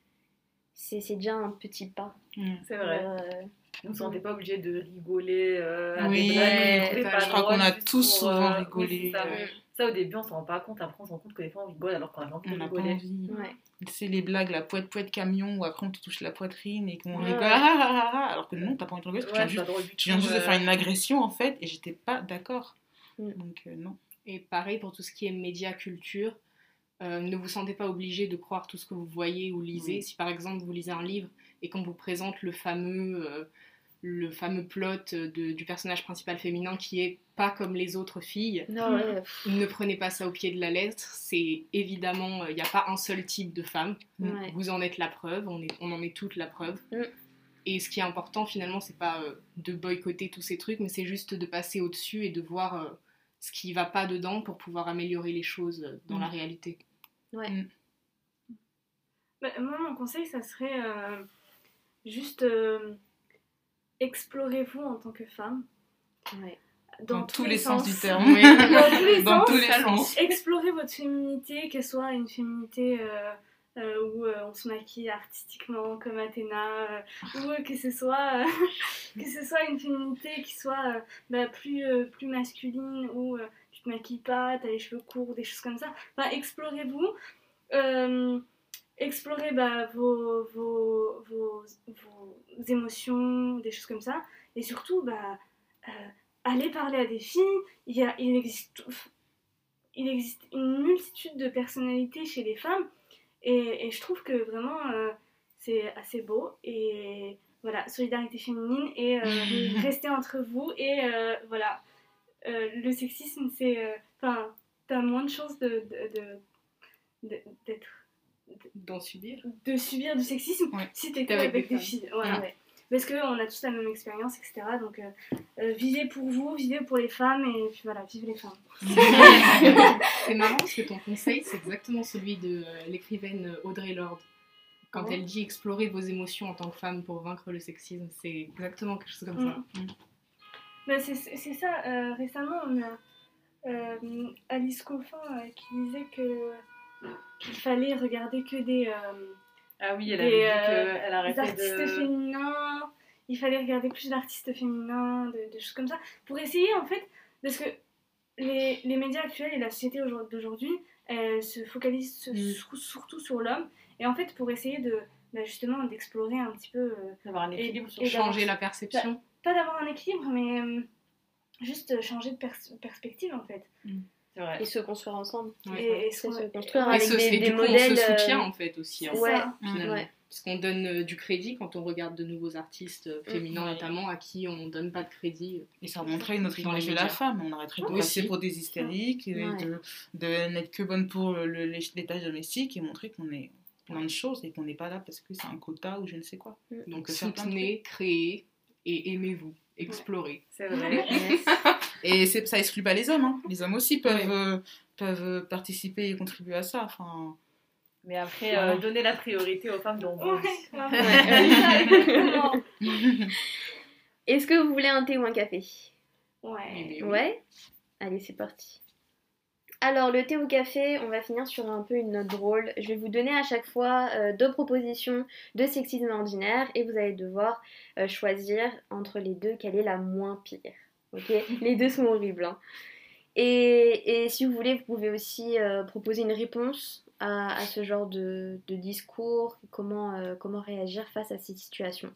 c'est, c'est déjà un petit pas. Mm. C'est vrai. Euh, Vous ne vous sentez pas obligé de rigoler euh, à Oui, des blagues que vous ouais, trouvez je pas crois drôles, qu'on a juste tous pour, souvent euh, rigolé. oui, c'est ça. euh, Ça, au début, on s'en rend pas compte. Après, on se rend compte que des fois, on rigole alors qu'on a pas envie on de n'a pas rigoler. envie. ouais. C'est les blagues, la poète poète camion, où après on te touche la poitrine et qu'on Ouais, rigole, ouais. ah, ah, ah, ah, alors que non, t'as pas envie de rigoler, parce que Ouais, tu c'est viens pas juste, drôle du tu viens tout, juste de euh. faire une agression en fait, et j'étais pas d'accord. Mm. Donc euh, non. Et pareil pour tout ce qui est média culture, euh, ne vous sentez pas obligé de croire tout ce que vous voyez ou lisez. Oui. Si par exemple vous lisez un livre et qu'on vous présente le fameux, euh, le fameux plot de- du personnage principal féminin qui est pas comme les autres filles, Non, ouais. ne prenez pas ça au pied de la lettre. C'est évidemment, il n'y a pas un seul type de femme. Ouais. Vous en êtes la preuve, on, est, on en est toute la preuve. Mm. Et ce qui est important finalement, c'est pas euh, de boycotter tous ces trucs, mais c'est juste de passer au-dessus et de voir euh, ce qui va pas dedans pour pouvoir améliorer les choses euh, dans Mm. la réalité. Ouais. Mm. Bah, moi, mon conseil, ça serait euh, juste euh, explorez-vous en tant que femme. Ouais. Dans, tous les sens, du terme. Oui. Dans tous les Dans sens. tous les sens. Explorez votre féminité, qu'elle soit une féminité euh, euh, où euh, on se maquille artistiquement comme Athéna, euh, ou euh, que ce soit euh, que ce soit une féminité qui soit euh, bah, plus, euh, plus masculine, où euh, tu te maquilles pas, t'as les cheveux courts, des choses comme ça. Enfin, explorez-vous. Euh, explorez bah, vos, vos, vos, vos émotions, des choses comme ça. Et surtout, bah, euh, allez parler à des filles. Il, y a, il, existe, il existe une multitude de personnalités chez les femmes. Et, et je trouve que vraiment, euh, c'est assez beau. Et voilà, solidarité féminine et euh, restez entre vous. Et euh, voilà, euh, le sexisme, c'est... Enfin, euh, t'as moins de chances de, de, de, de, d'être... D'en subir. de subir du sexisme Ouais. si t'es Avec avec des des filles. Voilà. Ouais. parce qu'on a tous la même expérience, et cetera. Donc, euh, euh, vivez pour vous, vivez pour les femmes, et puis voilà, vive les femmes. C'est marrant parce que ton conseil, c'est exactement celui de euh, l'écrivaine Audre Lorde. Quand Ouais. elle dit explorer vos émotions en tant que femme pour vaincre le sexisme, c'est exactement quelque chose comme ça. Mm. Ben, c'est c'est ça, euh, récemment, on a euh, Alice Coffin euh, qui disait que qu'il fallait regarder que des, euh, Ah oui, elle Des, avait dit euh, qu'elle des arrêtait artistes de... féminins, il fallait regarder plus d'artistes féminins, de, de choses comme ça, pour essayer en fait, parce que les, les médias actuels et la société d'aujourd'hui, elle se focalise sur- Mm. sur- surtout sur l'homme, et en fait pour essayer de, bah, justement d'explorer un petit peu, euh, d'avoir un Et- équilibre sur et Changer la perception. pas d'avoir un équilibre, mais euh, juste changer de pers- perspective en fait. C'est vrai. Et se construire ensemble. Ouais. Et, et C'est qu'on- se construire Et, avec ce- des, et des du coup, modèles. on se soutient euh, en fait aussi. hein, c'est Ouais. ça. finalement. Ouais. Parce qu'on donne euh, du crédit quand on regarde de nouveaux artistes euh, féminins Ouais. notamment à qui on donne pas de crédit. Et ça montrait notre Dans les image de la médias. femme. On arrêterait de Oui, passer aussi. pour des hystériques, et Ouais. de, de n'être que bonne pour le, le- les, les tâches domestiques et montrer qu'on est plein de choses et qu'on n'est pas là parce que c'est un quota ou je ne sais quoi. Donc peut faire plein de soutenez, créez et aimez-vous, explorez. C'est vrai. Et c'est- ça exclut pas les hommes. Hein. Les hommes aussi peuvent, Ouais. euh, peuvent participer et contribuer à ça. Enfin, Mais après, Voilà. euh, donner la priorité aux femmes dont on Ouais, grave. Ouais. Exactement. Est-ce que vous voulez un thé ou un café? Ouais. Et Ouais. Allez, c'est parti. Alors, le thé ou café, on va finir sur un peu une note drôle. Je vais vous donner à chaque fois euh, deux propositions de sexisme ordinaire et vous allez devoir euh, choisir entre les deux quelle est la moins pire. Ok? Les deux sont horribles. Hein. Et, et si vous voulez, vous pouvez aussi euh, proposer une réponse à, à ce genre de, de discours, comment, euh, comment réagir face à ces situations.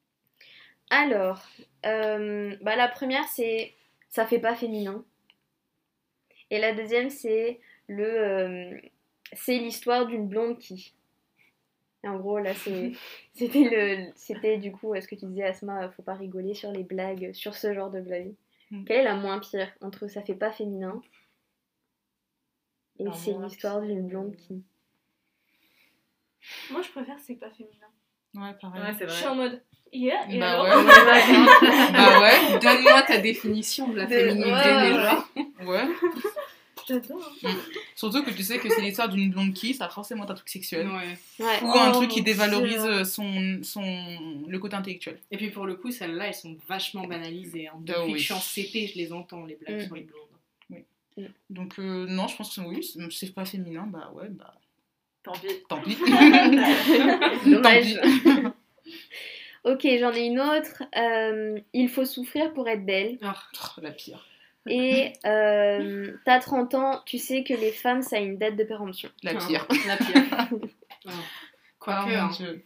Alors, euh, bah, la première, c'est ça fait pas féminin. Et la deuxième, c'est le euh, c'est l'histoire d'une blonde qui. Et en gros, là, c'est c'était le c'était du coup ce que tu disais, Asma, faut pas rigoler sur les blagues, sur ce genre de blagues. Mm. Quelle est la moins pire entre ça fait pas féminin et La c'est moins l'histoire pire. d'une blonde qui. Moi, je préfère c'est pas féminin. ouais, pareil. Ouais, c'est Je suis vrai. en mode, yeah, et Bah alors ouais. bah ouais. Donne-moi ta définition de la De- féminité ouais, ouais, déjà. Ouais. J'adore. hein. Surtout que tu sais que c'est l'histoire d'une blonde qui, ça a forcément un truc sexuel. Ouais. Ouais. Ou un Oh, truc qui mon dévalorise Dieu. son, son, le côté intellectuel. Et puis pour le coup, celles-là, elles sont vachement banalisées. Hein. Ah Depuis oui. que je suis en C P, je les entends, les blagues Mm. sur les blondes. Donc euh, non, je pense que oui, c'est- c'est pas féminin, bah ouais, bah Tant pis. tant pis. Dommage. Tant pis. Ok, j'en ai une autre. Euh, il faut souffrir pour être belle. Ah, Oh, la pire. Et euh, t'as trente ans, tu sais que les femmes, ça a une date de péremption. La pire. La pire. Ah. Quoique, Oh, mon hein, Dieu.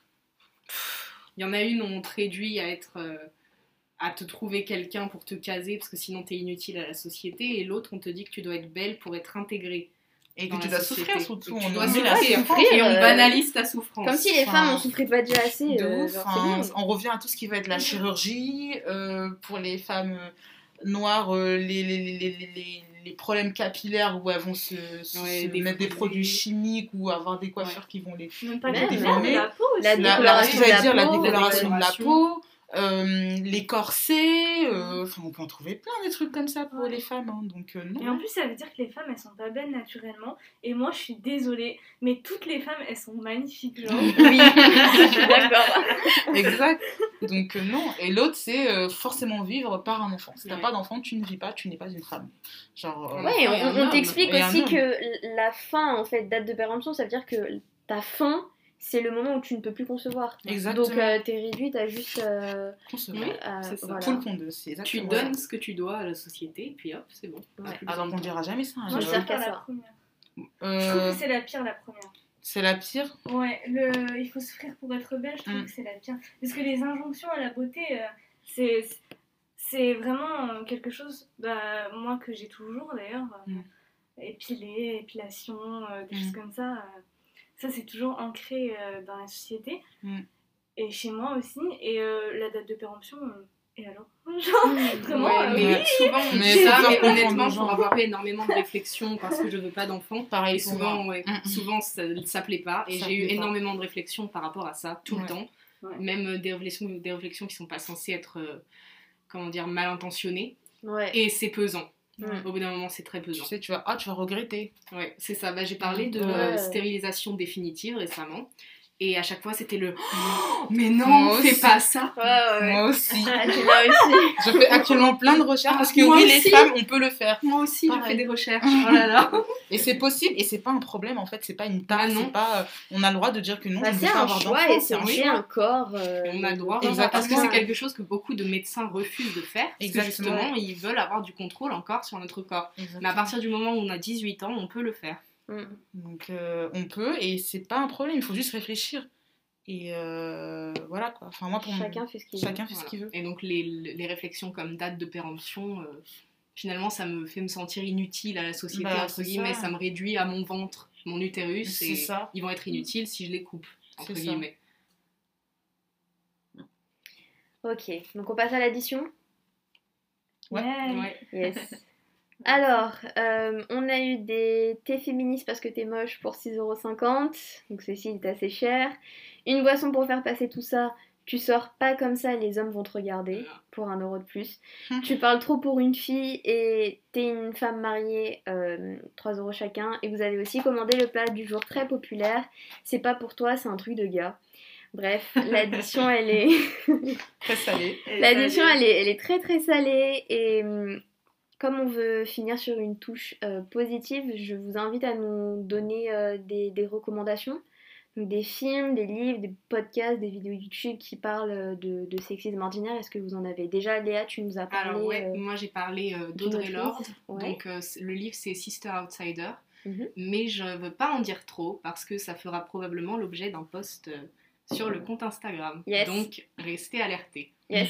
il y en a une où on te réduit à être... euh, à te trouver quelqu'un pour te caser parce que sinon t'es inutile à la société, et l'autre on te dit que tu dois être belle pour être intégrée. Et que dans tu la dois société. souffrir surtout. Et que tu on dois met la souffrir. souffrance. Et on euh, banalise ta souffrance. Comme si les Enfin, femmes, on souffrait pas déjà assez. De euh, ouf, genre, hein. c'est bon. On revient à tout ce qui va être la chirurgie, euh, pour les femmes euh, noires, euh, les, les, les, les, les, les problèmes capillaires où elles vont se, se- Ouais, se des mettre des produits. produits chimiques ou avoir des coiffeurs qui vont les... Même pas Même, que même. la peau aussi. La La, la, décoloration ce que j'allais de la dire, la peau, décoloration de la décoloration. peau, euh, les corsets, euh, enfin on peut en trouver plein des trucs comme ça pour Ouais. les femmes, hein, donc euh, non. Et en plus, ça veut dire que les femmes, elles sont pas belles naturellement. Et moi, je suis désolée, mais toutes les femmes, elles sont magnifiques, genre. Oui, je suis d'accord. Exact. Donc euh, non. Et l'autre, c'est euh, forcément vivre par un enfant. Si t'as Ouais. pas d'enfant, tu ne vis pas, tu n'es pas une femme. Genre. euh, Ouais, Et on, un on homme. t'explique Et un aussi homme. que la fin, en fait, date de péremption, ça veut dire que ta fin, c'est le moment où tu ne peux plus concevoir. Exactement. Donc, euh, t'es réduite à juste. euh, concevoir. Oui, à- c'est ça. voilà. Full pondeuse, c'est Tu exactement donnes ça. ce que tu dois à la société, et puis hop, c'est bon. Ouais. Plus Alors besoin qu'on de dira jamais ça. hein, Moi, je je j'avoue. sais. préfère ça. la première. Je trouve Euh, que c'est la pire, la première. c'est la pire. Ouais, le... il faut souffrir pour être belle, je trouve Mm. que c'est la pire. Parce que les injonctions à la beauté, euh, c'est... c'est vraiment euh, quelque chose, bah, moi, que j'ai toujours d'ailleurs. euh, Mm. Épilé, épilation, euh, des Mm. choses comme ça. euh, ça, c'est toujours ancré euh, dans la société. Mm. Et chez moi aussi. Et euh, la date de péremption, euh, et alors Genre, vraiment, Ouais, euh, mais ouais. souvent on Mais dit ça, faut mais faire honnêtement, comprendre aux pour gens. avoir fait énormément de réflexions parce que je veux pas d'enfant, Pareil et pour souvent, moi. ouais, Mm, mm. souvent ça, ça plaît pas, et Ça j'ai eu plaît pas. énormément de réflexions par rapport à ça tout Ouais. le temps. Ouais. même des réflexions, des réflexions qui sont pas censées être, euh, comment dire, mal intentionnées. Ouais. Et c'est pesant. Mm. Au bout d'un moment, c'est très pesant. Tu sais, tu vas, ah, tu vas regretter. Ouais, c'est ça. Bah, j'ai parlé de Ouais. euh, stérilisation définitive récemment. Et à chaque fois, c'était le oh, mais non, Moi fais aussi. pas ça. Ouais, ouais, ouais. Moi aussi. Ah, tu l'as aussi. Je fais actuellement plein de recherches parce que Moi oui, aussi. les femmes, on peut le faire. Moi aussi, je Pareil. fais des recherches. Oh là là. Et c'est possible et c'est pas un problème en fait, c'est pas une Bah tare, non. c'est pas. On a le droit de dire que non, Bah, je ne veux c'est pas un avoir choix d'enfant. et c'est aussi un corps. euh, On a le droit. Exactement. Parce que c'est quelque chose que beaucoup de médecins refusent de faire. Parce Exactement. que justement, ils veulent avoir du contrôle encore sur notre corps. Mais à partir du moment où on a dix-huit ans, on peut le faire. Mm. Donc euh, on peut et c'est pas un problème, il faut juste réfléchir. Et euh, voilà quoi. Enfin, moi, pour Chacun fait ce qu'il Chacun veut. fait ce Voilà. qu'il veut. Et donc les, les réflexions comme date de péremption, euh, finalement, ça me fait me sentir inutile à la société, Bah, entre c'est guillemets. ça. Ça. me réduit à mon ventre, mon utérus. C'est Et ça. ils vont être inutiles si je les coupe, entre C'est ça. guillemets. Ok, donc on passe à l'addition. Ouais. Yeah. Ouais. Yes. Alors, euh, on a eu des thés féministes parce que t'es moche pour six euros cinquante. Donc ceci est assez cher. Une boisson pour faire passer tout ça. Tu sors pas comme ça, les hommes vont te regarder pour un euro de plus. Tu parles trop pour une fille et t'es une femme mariée, euh, trois euros chacun. Et vous avez aussi commandé le plat du jour très populaire. C'est pas pour toi, c'est un truc de gars. Bref, l'addition elle est... Très salé. L'addition, elle est, elle est très très salée et hum, comme on veut finir sur une touche euh, positive, je vous invite à nous donner euh, des, des recommandations. Donc des films, des livres, des podcasts, des vidéos YouTube qui parlent euh, de, de sexisme ordinaire. Est-ce que vous en avez déjà? Léa, tu nous as parlé... Alors ouais, euh, moi j'ai parlé euh, d'une d'Audre autrice. Lorde. Ouais. Donc euh, c'est- le livre c'est Sister Outsider. Mhm. Mais je veux pas en dire trop parce que ça fera probablement l'objet d'un post euh, sur le compte Instagram. Yes. Donc restez alertés. Yes.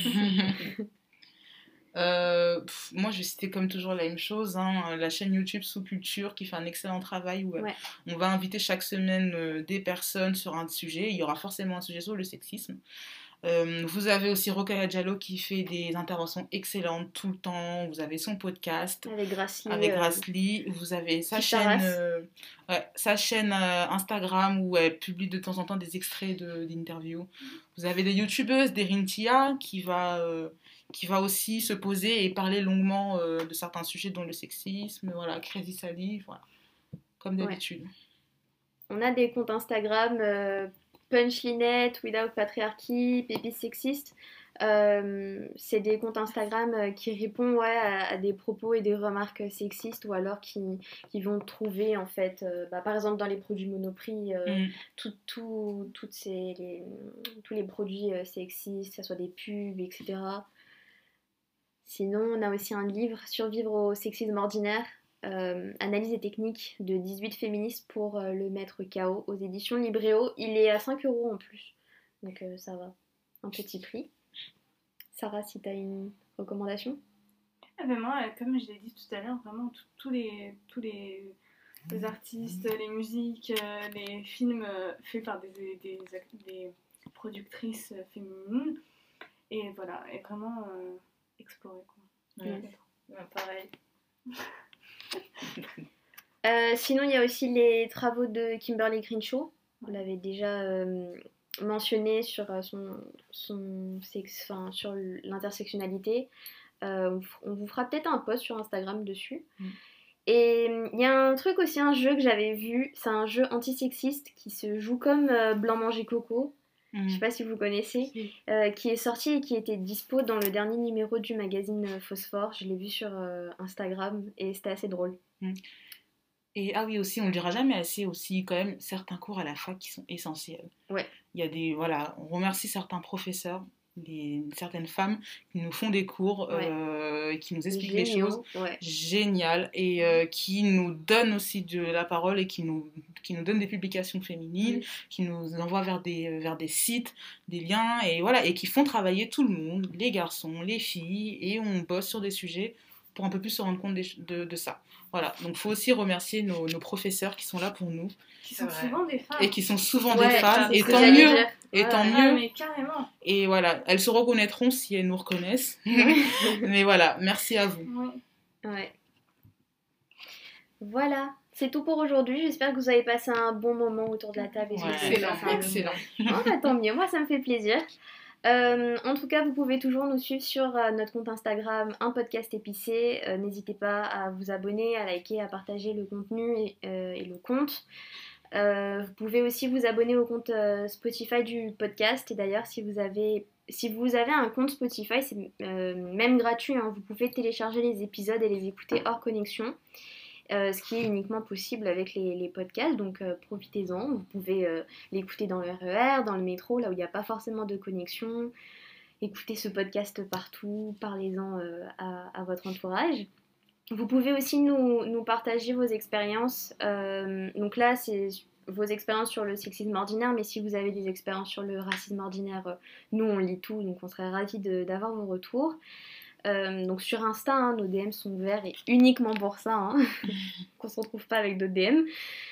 Euh, pff, moi, je vais citer comme toujours la même chose, hein, la chaîne YouTube Sous Culture qui fait un excellent travail où euh, Ouais. on va inviter chaque semaine euh, des personnes sur un sujet. Il y aura forcément un sujet sur le sexisme. Euh, vous avez aussi Rokhaya Diallo qui fait des interventions excellentes tout le temps. Vous avez son podcast Avec Gracely. avec euh, Gracely. Vous avez sa qui chaîne, tarasse. euh, ouais, sa chaîne euh, Instagram où elle publie de temps en temps des extraits de, d'interviews. Vous avez des youtubeuses, des Rintia qui va, euh, qui va aussi se poser et parler longuement euh, de certains sujets dont le sexisme. Voilà, Crazy Sally, voilà. Comme d'habitude. On a des comptes Instagram, euh, Punchlinette, Without Patriarchy, Pépis Sexiste. Euh, c'est des comptes Instagram euh, qui répondent ouais, à, à des propos et des remarques sexistes ou alors qui, qui vont trouver en fait, euh, bah, par exemple dans les produits Monoprix, euh, Mm. tout, tout, toutes ces, les, tous les produits euh, sexistes, que ce soit des pubs, et cetera. Sinon, on a aussi un livre, Survivre au sexisme ordinaire, euh, analyse et technique de dix-huit féministes pour euh, le mettre K O aux éditions Libréo. Il est à cinq euros en plus, donc euh, ça va, un petit prix. Sarah, si tu as une recommandation? Ah ben moi, euh, comme je l'ai dit tout à l'heure, vraiment tout- tous les, tous les, les artistes, les musiques, euh, les films euh, faits par des, des, des, act- des productrices euh, féminines. Et voilà, et vraiment euh, explorer quoi. Ouais. Ouais, pareil. Euh, sinon, il y a aussi les travaux de Kimberly Crenshaw. On l'avait déjà euh, mentionné sur, euh, son, son sexe, enfin, sur l'intersectionnalité. Euh, on f- on vous fera peut-être un post sur Instagram dessus. Mm. Et il y a un truc aussi, un jeu que j'avais vu, c'est un jeu antisexiste qui se joue comme euh, Blanc Manger Coco. Mm. Je sais pas si vous connaissez, euh, qui est sorti et qui était dispo dans le dernier numéro du magazine euh, Phosphore. Je l'ai vu sur euh, Instagram et c'était assez drôle. Et ah oui, aussi, on le dira jamais assez, aussi, quand même, certains cours à la fac qui sont essentiels. Ouais. Il y a des, voilà, on remercie certains professeurs, des, certaines femmes qui nous font des cours, Ouais. euh, qui nous expliquent les Géniaux, choses. ouais. Génial, et euh, qui nous donnent aussi de la parole et qui nous, qui nous donnent des publications féminines, Oui. qui nous envoient vers des, vers des sites, des liens, et voilà, et qui font travailler tout le monde, les garçons, les filles, et on bosse sur des sujets pour un peu plus se rendre compte des- de, de ça. Voilà, donc il faut aussi remercier nos, nos professeurs qui sont là pour nous, Qui sont C'est vrai. souvent des femmes. et qui sont souvent Ouais, des femmes, c'est et ce que tant j'allais mieux, dire. et tant Ah, mieux, mais carrément. et voilà, elles se reconnaîtront si elles nous reconnaissent, mais voilà, merci à vous. Oui. Ouais. Voilà, c'est tout pour aujourd'hui. J'espère que vous avez passé un bon moment autour de la table. Et que Ouais. vous avez Excellent, passé un bon excellent. moment. Oh, bah, tant mieux, moi ça me fait plaisir. Euh, en tout cas, vous pouvez toujours nous suivre sur euh, notre compte Instagram, un podcast épicé. Euh, n'hésitez pas à vous abonner, à liker, à partager le contenu et, euh, et le compte. Euh, vous pouvez aussi vous abonner au compte euh, Spotify du podcast. Et d'ailleurs, si vous avez, si vous avez un compte Spotify, c'est euh, même gratuit, hein. Vous pouvez télécharger les épisodes et les écouter hors connexion. Euh, ce qui est uniquement possible avec les, les podcasts, donc euh, profitez-en. Vous pouvez euh, l'écouter dans le R E R, dans le métro, là où il n'y a pas forcément de connexion. Écoutez ce podcast partout, parlez-en euh, à, à votre entourage. Vous pouvez aussi nous, nous partager vos expériences. Euh, donc là, c'est vos expériences sur le sexisme ordinaire, mais si vous avez des expériences sur le racisme ordinaire, euh, nous on lit tout, donc on serait ravis de, d'avoir vos retours. Euh, donc sur Insta, hein, nos D M sont ouverts et uniquement pour ça, hein, qu'on se retrouve pas avec d'autres D M.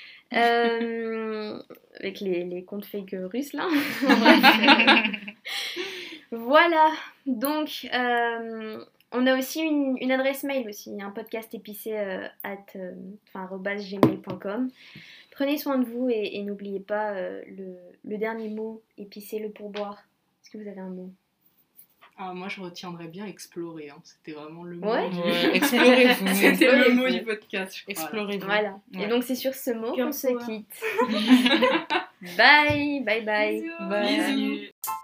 Euh, avec les, les comptes fake russes là. Voilà, donc euh, on a aussi une, une adresse mail aussi, un podcast épicé euh, at euh, enfin, arobase gmail point com. Prenez soin de vous et, et n'oubliez pas euh, le, le dernier mot, épicé, le pourboire. Est-ce que vous avez un mot? Ah, moi, je retiendrais bien explorer. Hein. C'était vraiment le mot. Ouais. du... Ouais, explorez-vous. C'était le Explorez-vous. mot du podcast. je crois. Explorez-vous. Voilà, Ouais. et donc c'est sur ce mot Girl qu'on se power. quitte. Bye, bye bye. Bisous. Bye. Bisous.